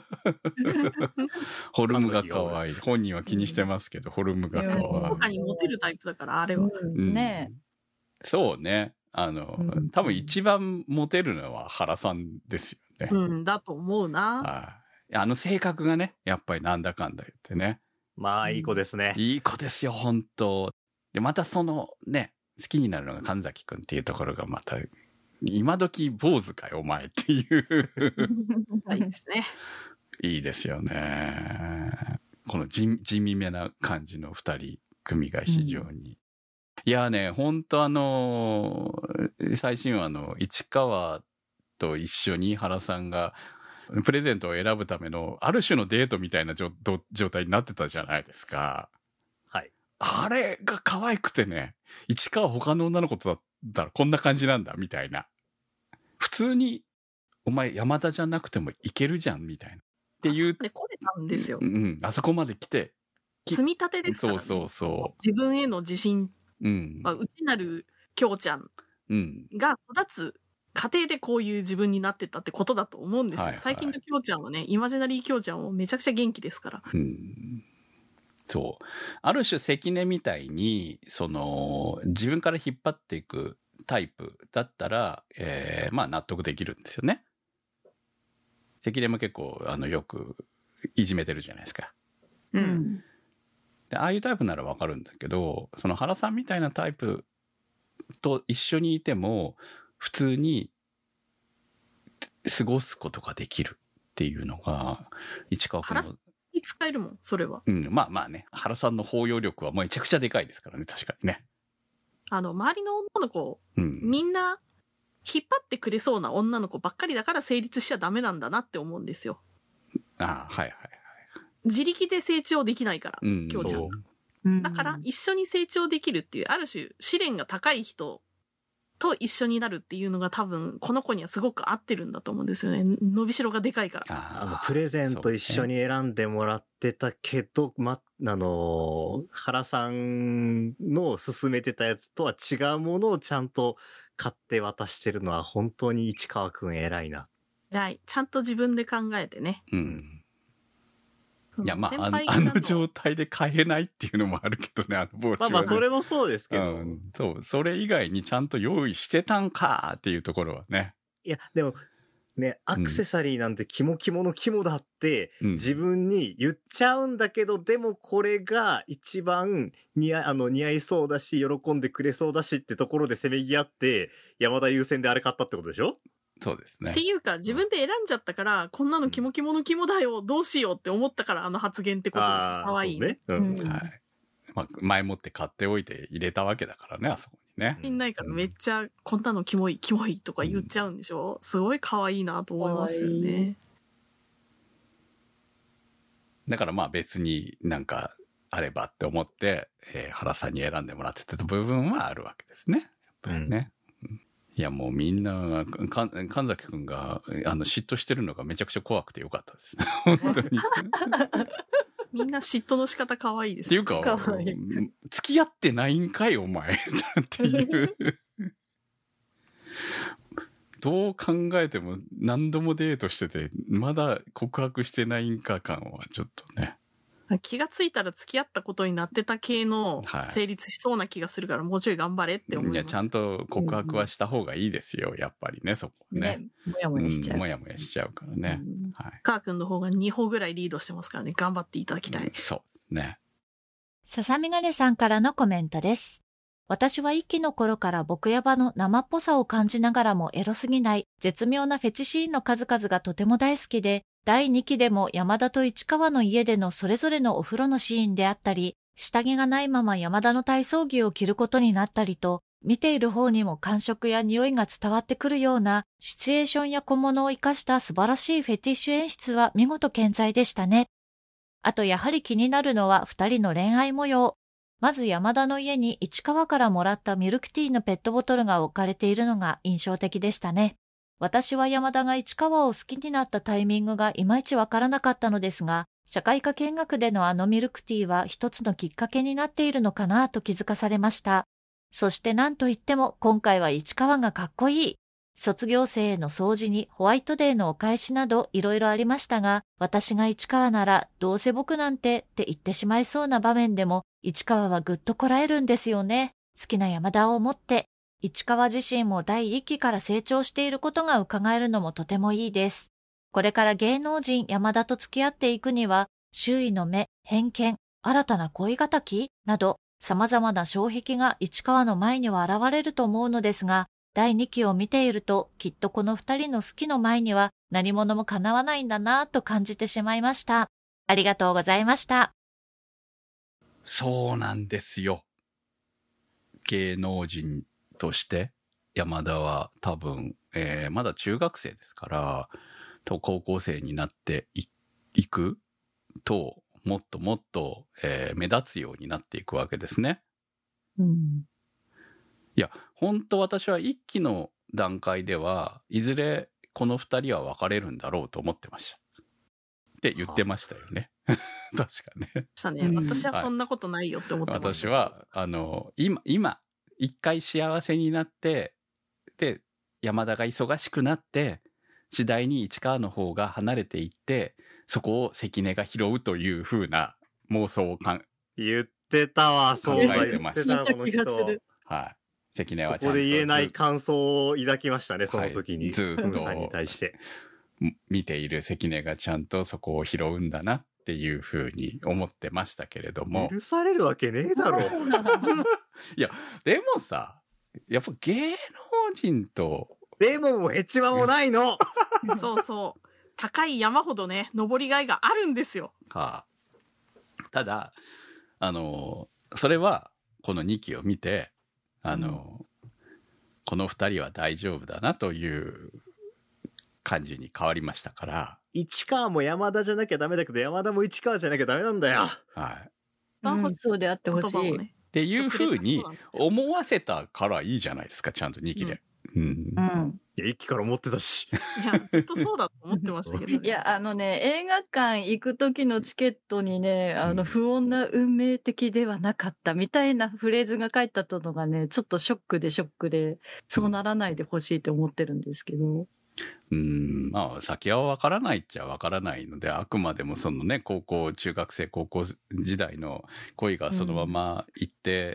フォルムがかわいい。本人は気にしてますけど、うん、フォルムがかわいい。 他にモテるタイプだから、あれは。 うん、ねえ、 うん。そうね。あの、うん、多分一番モテるのは原さんですよね。 うん、だと思うな。 あ, あの性格がね、やっぱりなんだかんだ言ってね。 まあ、いい子ですね。 いい子ですよ、本当で、またそのね、好きになるのが神崎くんっていうところがまた、今時坊主かよ、お前っていう。 いいですね。 いいですよね。この地味めな感じの二人組が非常に。うん、いやね、本当あの、最新話の市川と一緒に原さんがプレゼントを選ぶためのある種のデートみたいな状態になってたじゃないですか。 はい。 あれが可愛くてね、市川他の女の子だったらこんな感じなんだみたいな。普通にお前山田じゃなくてもいけるじゃんみたいな。っていう。 で来れたんですよ。 うん、うん、あそこまで来て。 積み立てですからね。 そうそうそう。 自分への自信。うん。まあ、内なる京ちゃんが育つ過程でこういう自分になってったってことだと思うんですよ。はいはい、最近の京ちゃんはね、イマジナリー京ちゃんもめちゃくちゃ元気ですから。 うん。そう。ある種関根みたいに、その、自分から引っ張っていくタイプだったら、えー、まあ納得できるんですよね。関根も結構、あの、よくいじめてるじゃないですか。 うん。 で、ああいうタイプならわかるんだけど、その原さんみたいなタイプと一緒にいても、普通に過ごすことができるっていうのが、市川君の。 に使えるもん、それは。 うん、まあまあね、原さんの包容力はめちゃくちゃでかいですからね、確かにね。 あの、周りの女の子、うん、みんな、引っ張ってくれそうな女の子ばっかりだから成立しちゃダメなんだなって思うんですよ。 ああ、はいはいはい。 自力で成長できないから、うん、京ちゃんが。だから、一緒に成長できるっていう、ある種、試練が高い人と一緒になるっていうのが多分、この子にはすごく合ってるんだと思うんですよね。伸びしろがでかいから。 あの、プレゼント一緒に選んでもらってたけど、ま、あの、原さんの勧めてたやつとは違うものをちゃんと買って渡してるのは本当に市川くん偉いな。 偉い。ちゃんと自分で考えてね。 うん。いや、まあ、あの、あの状態で買えないっていうのもあるけどね、あの帽子は、ね。 まあまあ、それもそうですけど、 うん。そう、それ以外にちゃんと用意してたんかっていうところはね。 いや、でも、ね、アクセサリーなんてキモキモのキモだって、うん、自分に言っちゃうんだけど、でもこれが一番似合い、あの、似合いそうだし、喜んでくれそうだしってところでせめぎ合って、山田優先であれ買ったってことでしょ？ そうですね。 っていうか、自分で選んじゃったから、うん、こんなのキモキモのキモだよ、どうしようって思ったから、あの発言ってことでしょ。かわいいね。 うん。はい。まあ、前もって買っておいて入れたわけだからね、あそこにね。 みんないからめっちゃ、こんなのキモい、キモいとか言っちゃうんでしょ。うん、すごいかわいいなと思いますよね。 だからまあ別になんかあればって思って、えー、原さんに選んでもらってた部分はあるわけですね。やっぱりね。うんいやもうみんな、か神崎くんがあの嫉妬してるのがめちゃくちゃ怖くてよかったです。本当に。 みんな嫉妬の仕方可愛いです。 っていうか、かわいい付き合ってないんかいお前っていう。どう考えても何度もデートしてて、まだ告白してないんか感はちょっとね。 気がついたら付き合ったことになってた系の成立しそうな気がするから、はい、もうちょい頑張れって思います。 いや、ちゃんと告白はした方がいいですよ、うん、やっぱりね、そこね。ね、 もやもやしちゃう。 うん、もやもやしちゃうからね。うん、 はい。カー君の方がに歩ぐらいリードしてますからね、頑張っていただきたい。うん、 そうね。 ささみがねさんからのコメントです。私は一期の頃から僕ヤバの生っぽさを感じながらもエロすぎない絶妙なフェチシーンの数々がとても大好きで、だいにきでも山田と市川の家でのそれぞれのお風呂のシーンであったり、下着がないまま山田の体操着を着ることになったりと、見ている方にも感触や匂いが伝わってくるようなシチュエーションや小物を生かした素晴らしいフェティッシュ演出は見事健在でしたね。あとやはり気になるのは二人の恋愛模様。まず山田の家に市川からもらったミルクティーのペットボトルが置かれているのが印象的でしたね。私は山田が市川を好きになったタイミングがいまいちわからなかったのですが、社会科見学でのあのミルクティーは一つのきっかけになっているのかなと気づかされました。そして何といっても今回は市川がかっこいい。 卒業生への掃除にホワイトデーのお返しなどいろいろありましたが、私が市川ならどうせ僕なんてって言ってしまいそうな場面でも、市川はぐっとこらえるんですよね。好きな山田を思って、市川自身も第一期から成長していることが伺えるのもとてもいいです。これから芸能人山田と付き合っていくには、周囲の目、偏見、新たな恋敵など、様々な障壁が市川の前には現れると思うのですが、だいにきを見ていると、きっとこの二人の好きの前には何者も叶わないんだなぁと感じてしまいました。ありがとうございました。 そうなんですよ。芸能人として山田は多分、えー、まだ中学生ですから、と高校生になってい、いくと、もっともっと、えー、目立つようになっていくわけですね。 うん。 いや、本当私は一期の段階では、いずれこの二人は別れるんだろうと思ってました。って言ってましたよね。確かね。 したね。私はそんなことないよって思ってました。 私は、あの、今、今、一回幸せになって、で、山田が忙しくなって、次第に市川の方が離れていって、そこを関根が拾うという風な妄想をかん言ってたわ、そうだ、 考えてました。 言ってた、この人。 はい。関根はちゃんと。ここで言えない感想を抱きましたね、その時に。 はい、ずっと。 さんに対して。 見ている関根がちゃんとそこを拾うんだなっていう風に思ってましたけれども。 許されるわけねえだろ。 いや、でもさ、やっぱ芸能人と。 でももヘチマもないの。 そうそう。高い山ほどね、登りがいがあるんですよ。 はあ、ただ、あの、それは、このにきを見て、あの、うん、この二人は大丈夫だなという感じに変わりましたから。 市川も山田じゃなきゃダメだけど、山田も市川じゃなきゃダメなんだよ。 はい。 うん、そうであってほしい。 ね、っていう風に思わせたからいいじゃないですか、ちゃんとにきで。うん。うんうんいや、一期から思ってたし。 いや、ずっとそうだと思ってましたけど、ね。 いや、あのね、映画館行く時のチケットにね、あの、不穏な運命的ではなかったみたいなフレーズが書いてあったのがね、ちょっとショックでショックで、そうならないでほしいと思ってるんですけど。 うん、まあ、先は分からないっちゃ分からないので、あくまでもそのね、高校、中学生、高校時代の恋がそのまま行って、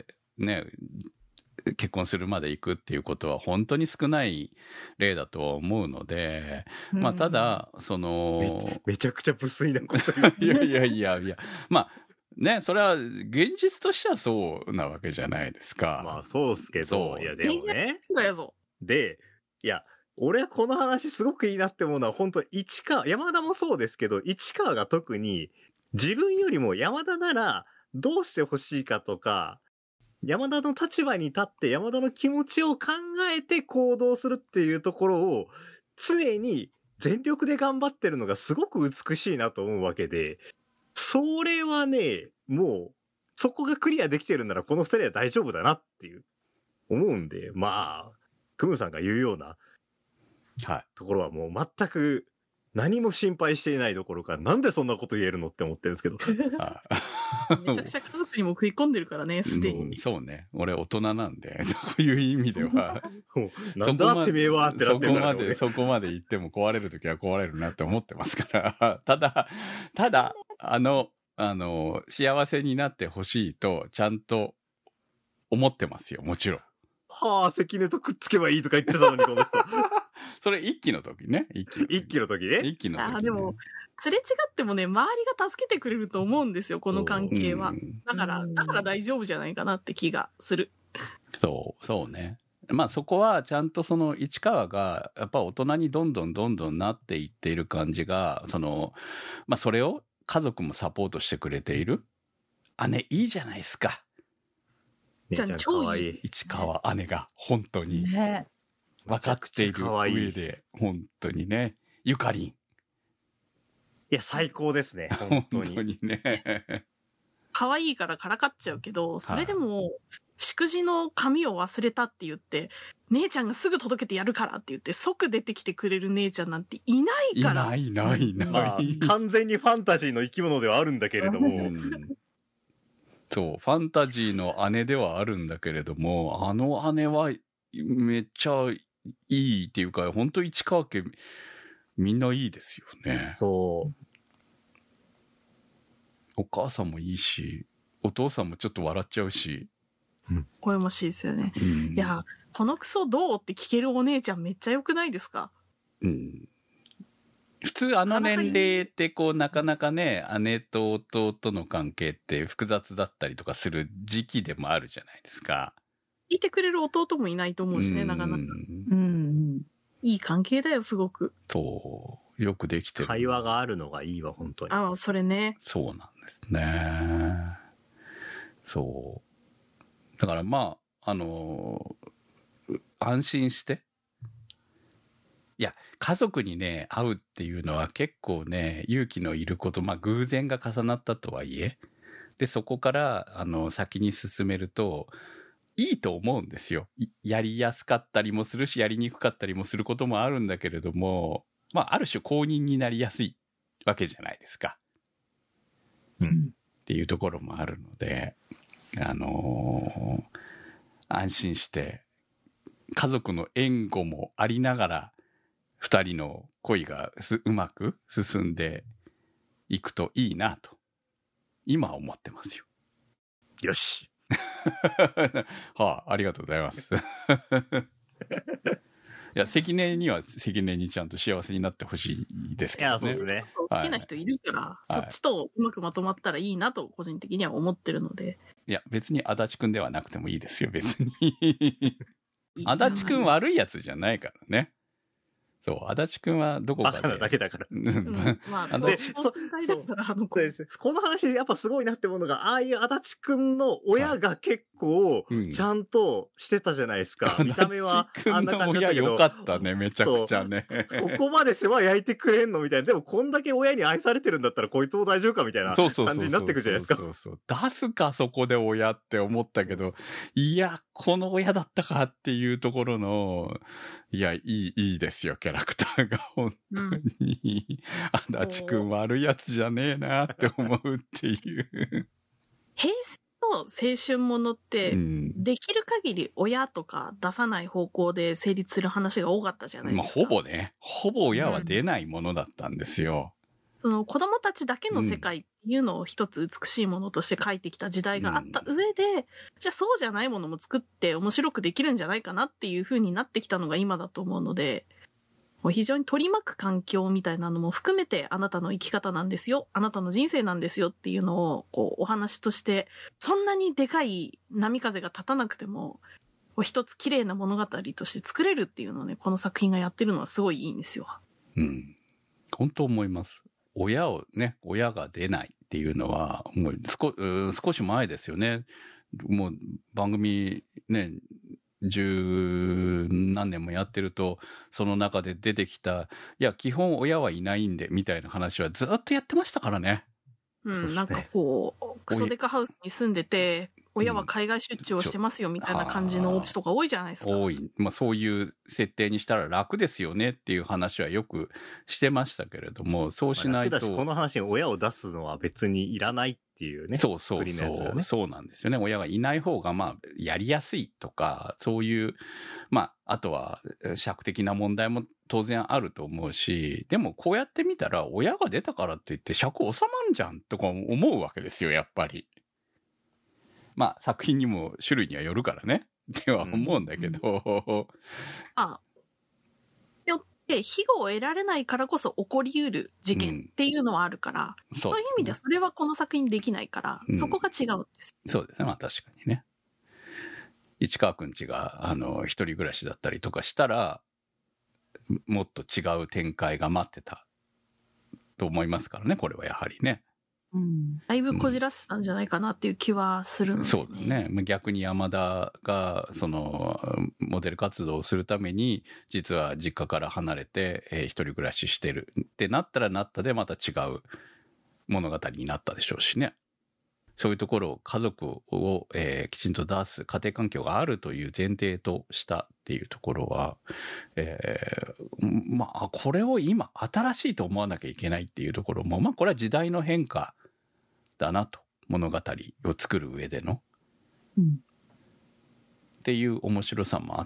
うん、ね、結婚するまで行くっていうことは本当に少ない例だとは思うので、うん、まあただそのめ, めちゃくちゃ無粋なこと言ういやいやいやいやまあねそれは現実としてはそうなわけじゃないですか。 まあそうっすけど、いやでもねでいや俺はこの話すごくいいなって思うのは本当市川山田もそうですけど市川が特に自分よりも山田ならどうしてほしいかとか山田の立場に立って山田の気持ちを考えて行動するっていうところを常に全力で頑張ってるのがすごく美しいなと思うわけで、それはね、もうそこがクリアできてるならこの二人は大丈夫だなっていう思うんで、まあクムさんが言うようなところはもう全く何も心配していないどころか、なんでそんなこと言えるのって思ってるんですけど。 めちゃくちゃ家族にも食い込んでるからね、すでに、 うん。そうね。俺大人なんで、そういう意味では。 なんだてめえはってなってるから、 ね、そこまで、そこまで言っても壊れるときは壊れるなって思ってますから。ただ、ただ、あの、あの、幸せになってほしいと、ちゃんと思ってますよ、もちろん。 はあ、関根とくっつけばいいとか言ってたのに、この人。 それ一期の時ね。一期の時。 一期の時ね。 一期の時、ね。 あ、でも、すれ違ってもね、周りが助けてくれると思うんですよ、この関係は。だから、だから大丈夫じゃないかなって気がする。 そう、そうね。まあそこはちゃんとその市川がやっぱ大人にどんどんどんどんなっていっている感じが、その、まあそれを家族もサポートしてくれている。姉いいじゃないですか。 じゃあ超いい。 市川姉が本当に。 ね。 分かっている上で、本当にね。ゆかりん。いや、最高ですね。本当に。 本当にね。 可愛いからからかっちゃうけど、それでも、祝辞の紙を忘れたって言って、姉ちゃんがすぐ届けてやるからって言って、即出てきてくれる姉ちゃんなんていないから。 いないいないいない。まあ、完全にファンタジーの生き物ではあるんだけれども。うん、 そう、ファンタジーの姉ではあるんだけれども、あの姉はめっちゃいいっていうか、本当市川家みんないいですよね。 そう。 お母さんもいいし、お父さんもちょっと笑っちゃうし。 微笑ましいですよね。 うん、 いや、このクソどうって聞けるお姉ちゃんめっちゃ良くないですか？ うん。普通あの年齢ってこうなかなかね、姉と弟の関係って複雑だったりとかする時期でもあるじゃないですか。 いてくれる弟もいないと思うしね、なかなか。うん。いい関係だよ、すごく。 そう。よくできてる。 会話があるのがいいわ、本当に。 ああ、それね。 そうなんですね。そう。だからまあ、あのー、安心して。いや、家族にね、会うっていうのは結構ね、勇気のいること、まあ偶然が重なったとはいえ。で、そこから、あの、先に進めると、いいと思うんですよ。やりやすかったりもするし、やりにくかったりもすることもあるんだけれども、まあ、ある種公認になりやすいわけじゃないですか。うん。っていうところもあるので、あのー、安心して、家族の援護もありながら、二人の恋がうまく進んでいくといいなと、今は思ってますよ。 よし。 はあ、ありがとうございます。いや、関根には関根にちゃんと幸せになってほしいですけどね。いや、そうですね。好きな人いるから、はい、そっちとうまくまとまったらいいなと個人的には思ってるので。 いや、別に足立くんではなくてもいいですよ、別に。足立くん悪いやつじゃないからね。そう、足立くんはどこかで。 バカなだけだから。 うん、まあ、で、そだからあの子ですこの話やっぱすごいなって思うのが、ああいう足立くんの親が結構ちゃんとしてたじゃないですか。うん、見た目はあんな感じだけど。親良かったね、めちゃくちゃね。 ここまで世話焼いてくれんのみたいな。でもこんだけ親に愛されてるんだったらこいつも大丈夫かみたいな感じになってくじゃないですか。 そうそうそう。出すかそこで親って思ったけど、いや、この親だったかっていうところの、いや、いい、いいですよ、キャラクターが。本当に、うん、足立くん悪いやつじゃねえなって思うっていう。 平成の青春ものって、うん、できる限り親とか出さない方向で成立する話が多かったじゃないですか。 まあ、ほぼね、ほぼ親は出ないものだったんですよ。 うん、その子供たちだけの世界っていうのを一つ美しいものとして描いてきた時代があった上で、うん、じゃあそうじゃないものも作って面白くできるんじゃないかなっていう風になってきたのが今だと思うので、非常に取り巻く環境みたいなのも含めてあなたの生き方なんですよ、あなたの人生なんですよっていうのをこうお話としてそんなにでかい波風が立たなくても一つ綺麗な物語として作れるっていうのをね、この作品がやってるのはすごいいいんですよ。 うん、本当思います。親をね、親が出ないっていうのはもう少、少し前ですよね。もう番組ね、十何年もやってると、その中で出てきた、いや、基本親はいないんで、みたいな話はずっとやってましたからね。 うん、ね、なんかこう、クソデカハウスに住んでて、親は海外出張してますよ、みたいな感じのお家とか多いじゃないですか。 多い。まあそういう設定にしたら楽ですよねっていう話はよくしてましたけれども、そうしないと。まあ、楽だし、 この話に親を出すのは別にいらないっていうね。 そうそうそう。ね、そうなんですよね。親がいない方がまあやりやすいとか、そういう、まああとは尺的な問題も当然あると思うし、でもこうやってみたら親が出たからって言って尺収まんじゃんとか思うわけですよ、やっぱり。まあ作品にも種類にはよるからねっては思うんだけど、うん、 あよって庇護を得られないからこそ起こりうる事件っていうのはあるから、うん、そういう意味ではそれはこの作品できないから、うん、そこが違うんです、 そうですね。まあ確かにね、市川くんちがあの一人暮らしだったりとかしたらもっと違う展開が待ってたと思いますからね、これはやはりね。 うん、だいぶこじらせたんじゃないかなっていう気はするので、ね、 そうだね。逆に山田がそのモデル活動をするために実は実家から離れて、えー、一人暮らししてるってなったらなったでまた違う物語になったでしょうしね。そういうところを家族を、えー、きちんと出す家庭環境があるという前提としたっていうところは、えー、まあこれを今新しいと思わなきゃいけないっていうところもまあこれは時代の変化だなと、物語を作る上での、うん、っていう面白さも あ,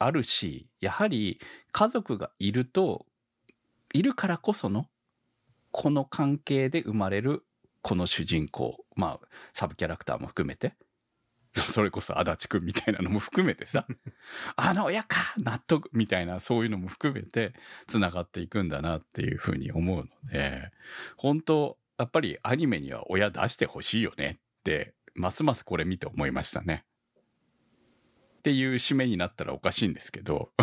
あるし、やはり家族がいると、いるからこその、この関係で生まれるこの主人公、まあ、サブキャラクターも含めて、それこそ足立くんみたいなのも含めてさ、あの親か納得みたいな、そういうのも含めて繋がっていくんだなっていうふうに思うので、本当やっぱりアニメには親出してほしいよねって、ますますこれ見て思いましたね。っていう締めになったらおかしいんですけど。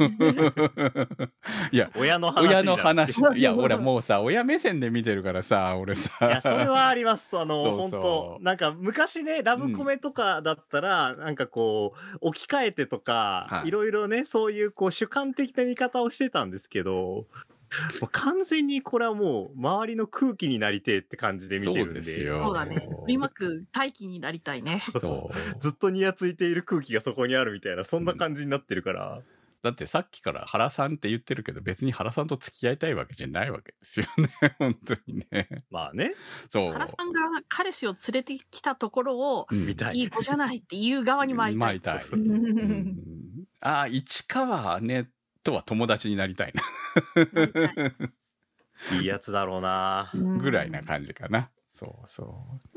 いや、 親の話。 親の話。いや、俺もうさ、親目線で見てるからさ、俺さ。 いや、それはあります。あの、 そうそう本当なんか昔ね、ラブコメとかだったら、うん、なんかこう、置き換えてとか、はい、いろいろね、そういうこう主観的な見方をしてたんですけど、もう完全にこれはもう周りの空気になりてえって感じで見てるんで。 そうですよ。 そうだね。取り巻く大気になりたいね。 そうそう。ずっとにやついている空気がそこにあるみたいな、そんな感じになってるから。うん、 だってさっきから原さんって言ってるけど、別に原さんと付き合いたいわけじゃないわけですよね。本当にね。 まあね。 そう。 原さんが彼氏を連れてきたところを、うん、いい子じゃないっていう側に回りたい。 回りたい。うん、ああ、市川ね、とは友達になりたいな。 いいやつだろうなぐらいな感じかな。そうそう。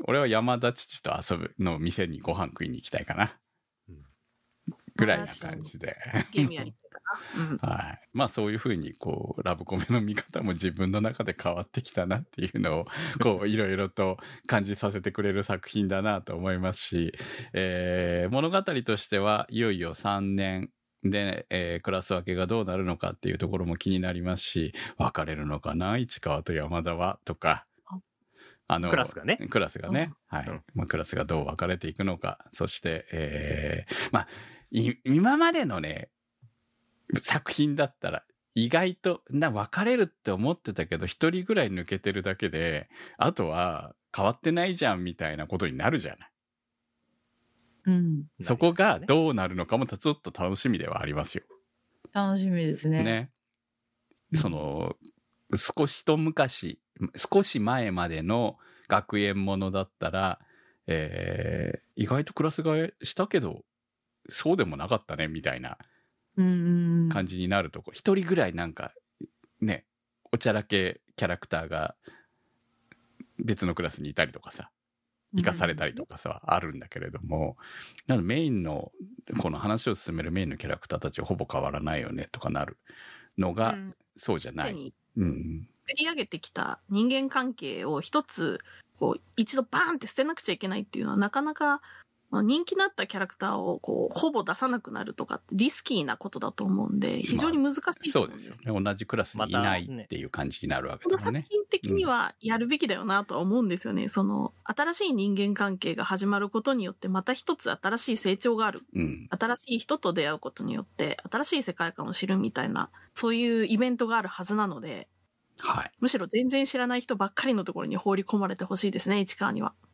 俺は山田父と遊ぶの店にご飯食いに行きたいかな。うん、ぐらいな感じで。 ゲームやりたいかな。うん、 はい。まあそういうふうに、こう、ラブコメの見方も自分の中で変わってきたなっていうのを、こう、いろいろと感じさせてくれる作品だなと思いますし、えー、物語としてはいよいよさんねん、で、えー、クラス分けがどうなるのかっていうところも気になりますし、別れるのかな市川と山田はとか、 あの、クラスがね。 クラスがね。うん、はい。まあ、クラスがどう分かれていくのか。そして、えー、まあ、今までのね、作品だったら、意外と、な、別れるって思ってたけど、一人ぐらい抜けてるだけで、あとは変わってないじゃんみたいなことになるじゃない。 うん、 そこがどうなるのかもちょっと楽しみではありますよ。 楽しみですね。 ね。その、少し一昔、少し前までの学園ものだったら、えー、意外とクラス替えしたけど、そうでもなかったね、みたいな感じになるとこ。一人ぐらいなんか、ね、おちゃらけキャラクターが別のクラスにいたりとかさ。生かされたりとかさ、うん、あるんだけれども、なのでメインの、この話を進めるメインのキャラクターたちはほぼ変わらないよねとかなるのが、うん、そうじゃない。うん。 作り上げてきた人間関係を一つ、こう、一度バーンって捨てなくちゃいけないっていうのはなかなか、人気のあったキャラクターをこうほぼ出さなくなるとかってリスキーなことだと思うんで、非常に難しいと思うんです、 まあ、そうですよね。同じクラスにいないっていう感じになるわけですよね。 この作品的にはやるべきだよなとは思うんですよね。うん、その新しい人間関係が始まることによってまた一つ新しい成長がある、うん。新しい人と出会うことによって新しい世界観を知るみたいな、そういうイベントがあるはずなので、 はい、 むしろ全然知らない人ばっかりのところに放り込まれてほしいですね、市川には。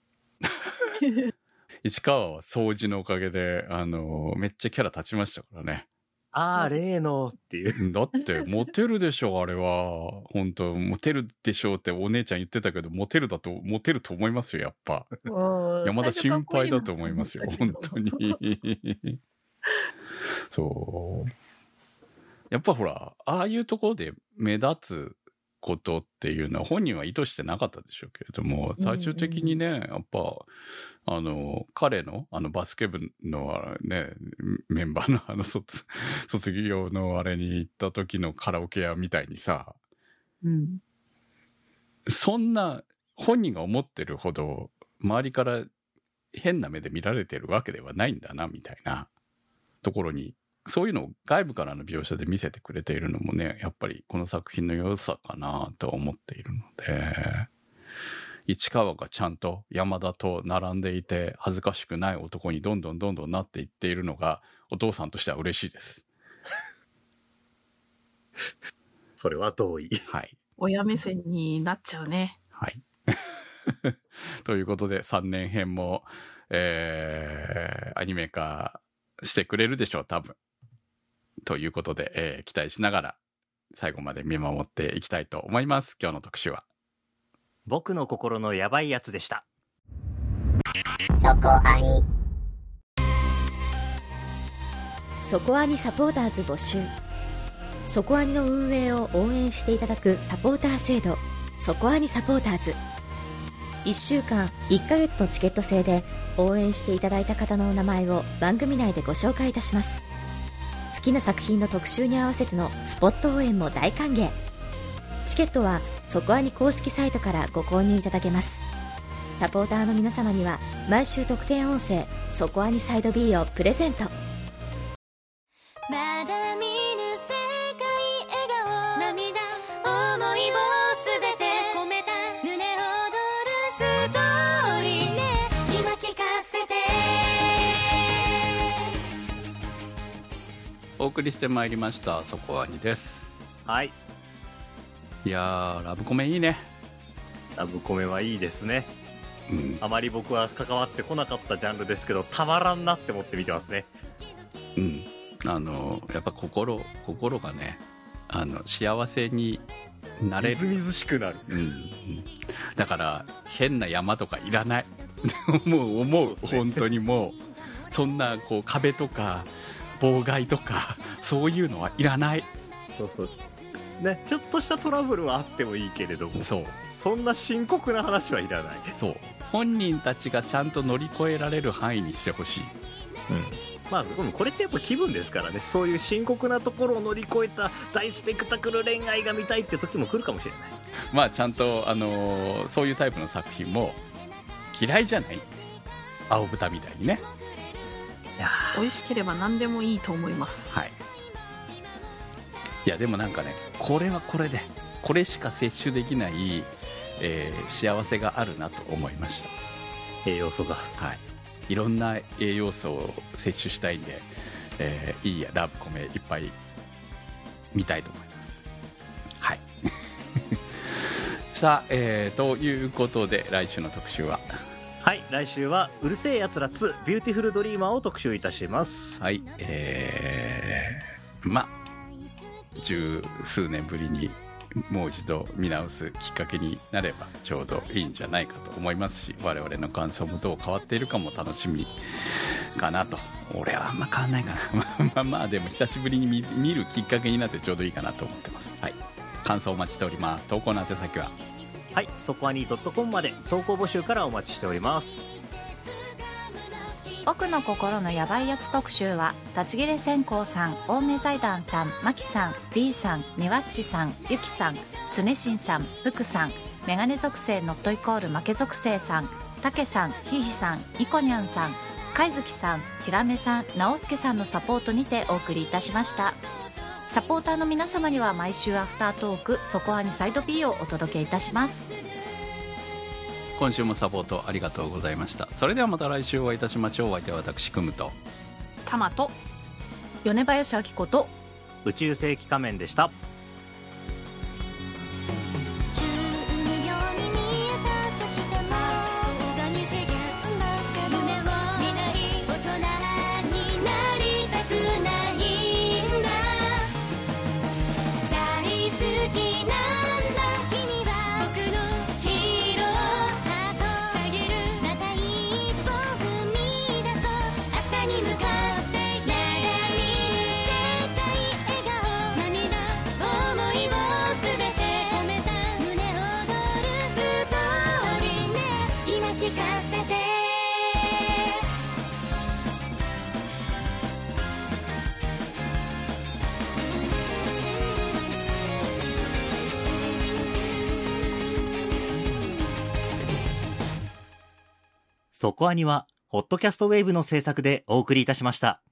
市川は掃除のおかげで、あの、めっちゃキャラ立ちましたからね。 あー、例のっていう。 だって、モテるでしょ、あれは。本当モテるでしょうってお姉ちゃん言ってたけど、モテるだと、モテると思いますよ、やっぱ。山田心配だと思いますよ、本当に。そう。やっぱほら、ああいうところで目立つことっていうのは本人は意図してなかったでしょうけれども、最終的にね、うんうん、やっぱ、あの、彼の、あの、バスケ部のね、メンバーのあの卒、卒業のあれに行った時のカラオケ屋みたいにさ、 うん、 そんな本人が思ってるほど周りから変な目で見られてるわけではないんだな、みたいなところに、そういうのを外部からの描写で見せてくれているのもね、やっぱりこの作品の良さかなと思っているので、市川がちゃんと山田と並んでいて恥ずかしくない男にどんどんどんどんなっていっているのがお父さんとしては嬉しいです。 それは同意。 はい。 親目線になっちゃうね。 はい。ということでさんねん編も、えー、アニメ化してくれるでしょう、多分。ということで、えー、期待しながら最後まで見守っていきたいと思います。今日の特集は。 僕の心のヤバいやつでした。 そこアニ。 そこアニサポーターズ募集。そこアニの運営を応援していただくサポーター制度、そこアニサポーターズ。いっしゅうかんいっかげつのチケット制で応援していただいた方のお名前を番組内でご紹介いたします。好きな作品の特集に合わせてのスポット応援も大歓迎。チケットはそこアニ公式サイトからご購入いただけます。サポーターの皆様には毎週特典音声そこアニサイド B をプレゼント。 まだ見ぬ世界笑顔涙思いをすべて込めた胸躍るストーリーね、今聞かせて。 お送りしてまいりましたそこアニです。 はい。 いやー、ラブコメいいね。 ラブコメはいいですね。 うん、 あまり僕は関わってこなかったジャンルですけど、たまらんなって思って見てますね。 うん、あのやっぱ心心がね、あの幸せになれる、 みずみずしくなる、 うんうん、だから変な山とかいらないもう思う、う、ね、本当にもうそんなこう壁とか妨害とかそういうのはいらない。 そうそうね、ちょっとしたトラブルはあってもいいけれども、 そう、 そんな深刻な話はいらない。 そう、本人たちがちゃんと乗り越えられる範囲にしてほしい。 うん、まあこれってやっぱ気分ですからね。そういう深刻なところを乗り越えた大スペクタクル恋愛が見たいって時も来るかもしれない。 まあちゃんと、あのー、そういうタイプの作品も嫌いじゃない、青豚みたいにね。 いや、美味しければ何でもいいと思います。 はい。いやでもなんかね、これはこれでこれしか摂取できない、えー、幸せがあるなと思いました。 栄養素が、 はい、いろんな栄養素を摂取したいんで、えー、いいラブコメいっぱい見たいと思います。はいさあ、えー、ということで来週の特集は、 はい、来週はうるせえやつらツービューティフルドリーマーを特集いたします。 はい、えー、まあ十数年ぶりにもう一度見直すきっかけになればちょうどいいんじゃないかと思いますし、我々の感想もどう変わっているかも楽しみかなと。俺はあんま変わんないかなまあまあでも久しぶりに 見, 見るきっかけになってちょうどいいかなと思ってます。はい、感想お待ちしております。投稿の宛先は、 はい、そこアニ .com まで投稿募集からお待ちしております。 僕の心のヤバいやつ特集は、立ち切れ線香さん、青梅財団さん、マキさん、B さん、ニワッチさん、ユキさん、つねしんさん、福さん、メガネ属性ノットイコール負け属性さん、たけさん、ひひさん、いこにゃんさん、かいずきさん、ひらめさん、なおすけさんのサポートにてお送りいたしました。サポーターの皆様には毎週アフタートーク、そこアニサイド B をお届けいたします。 今週もサポートありがとうございました。それではまた来週お会いいたしましょう。お相手は私くむとたまと米林明子と宇宙世紀仮面でした。そこアニはホットキャストウェーブの制作でお送りいたしました。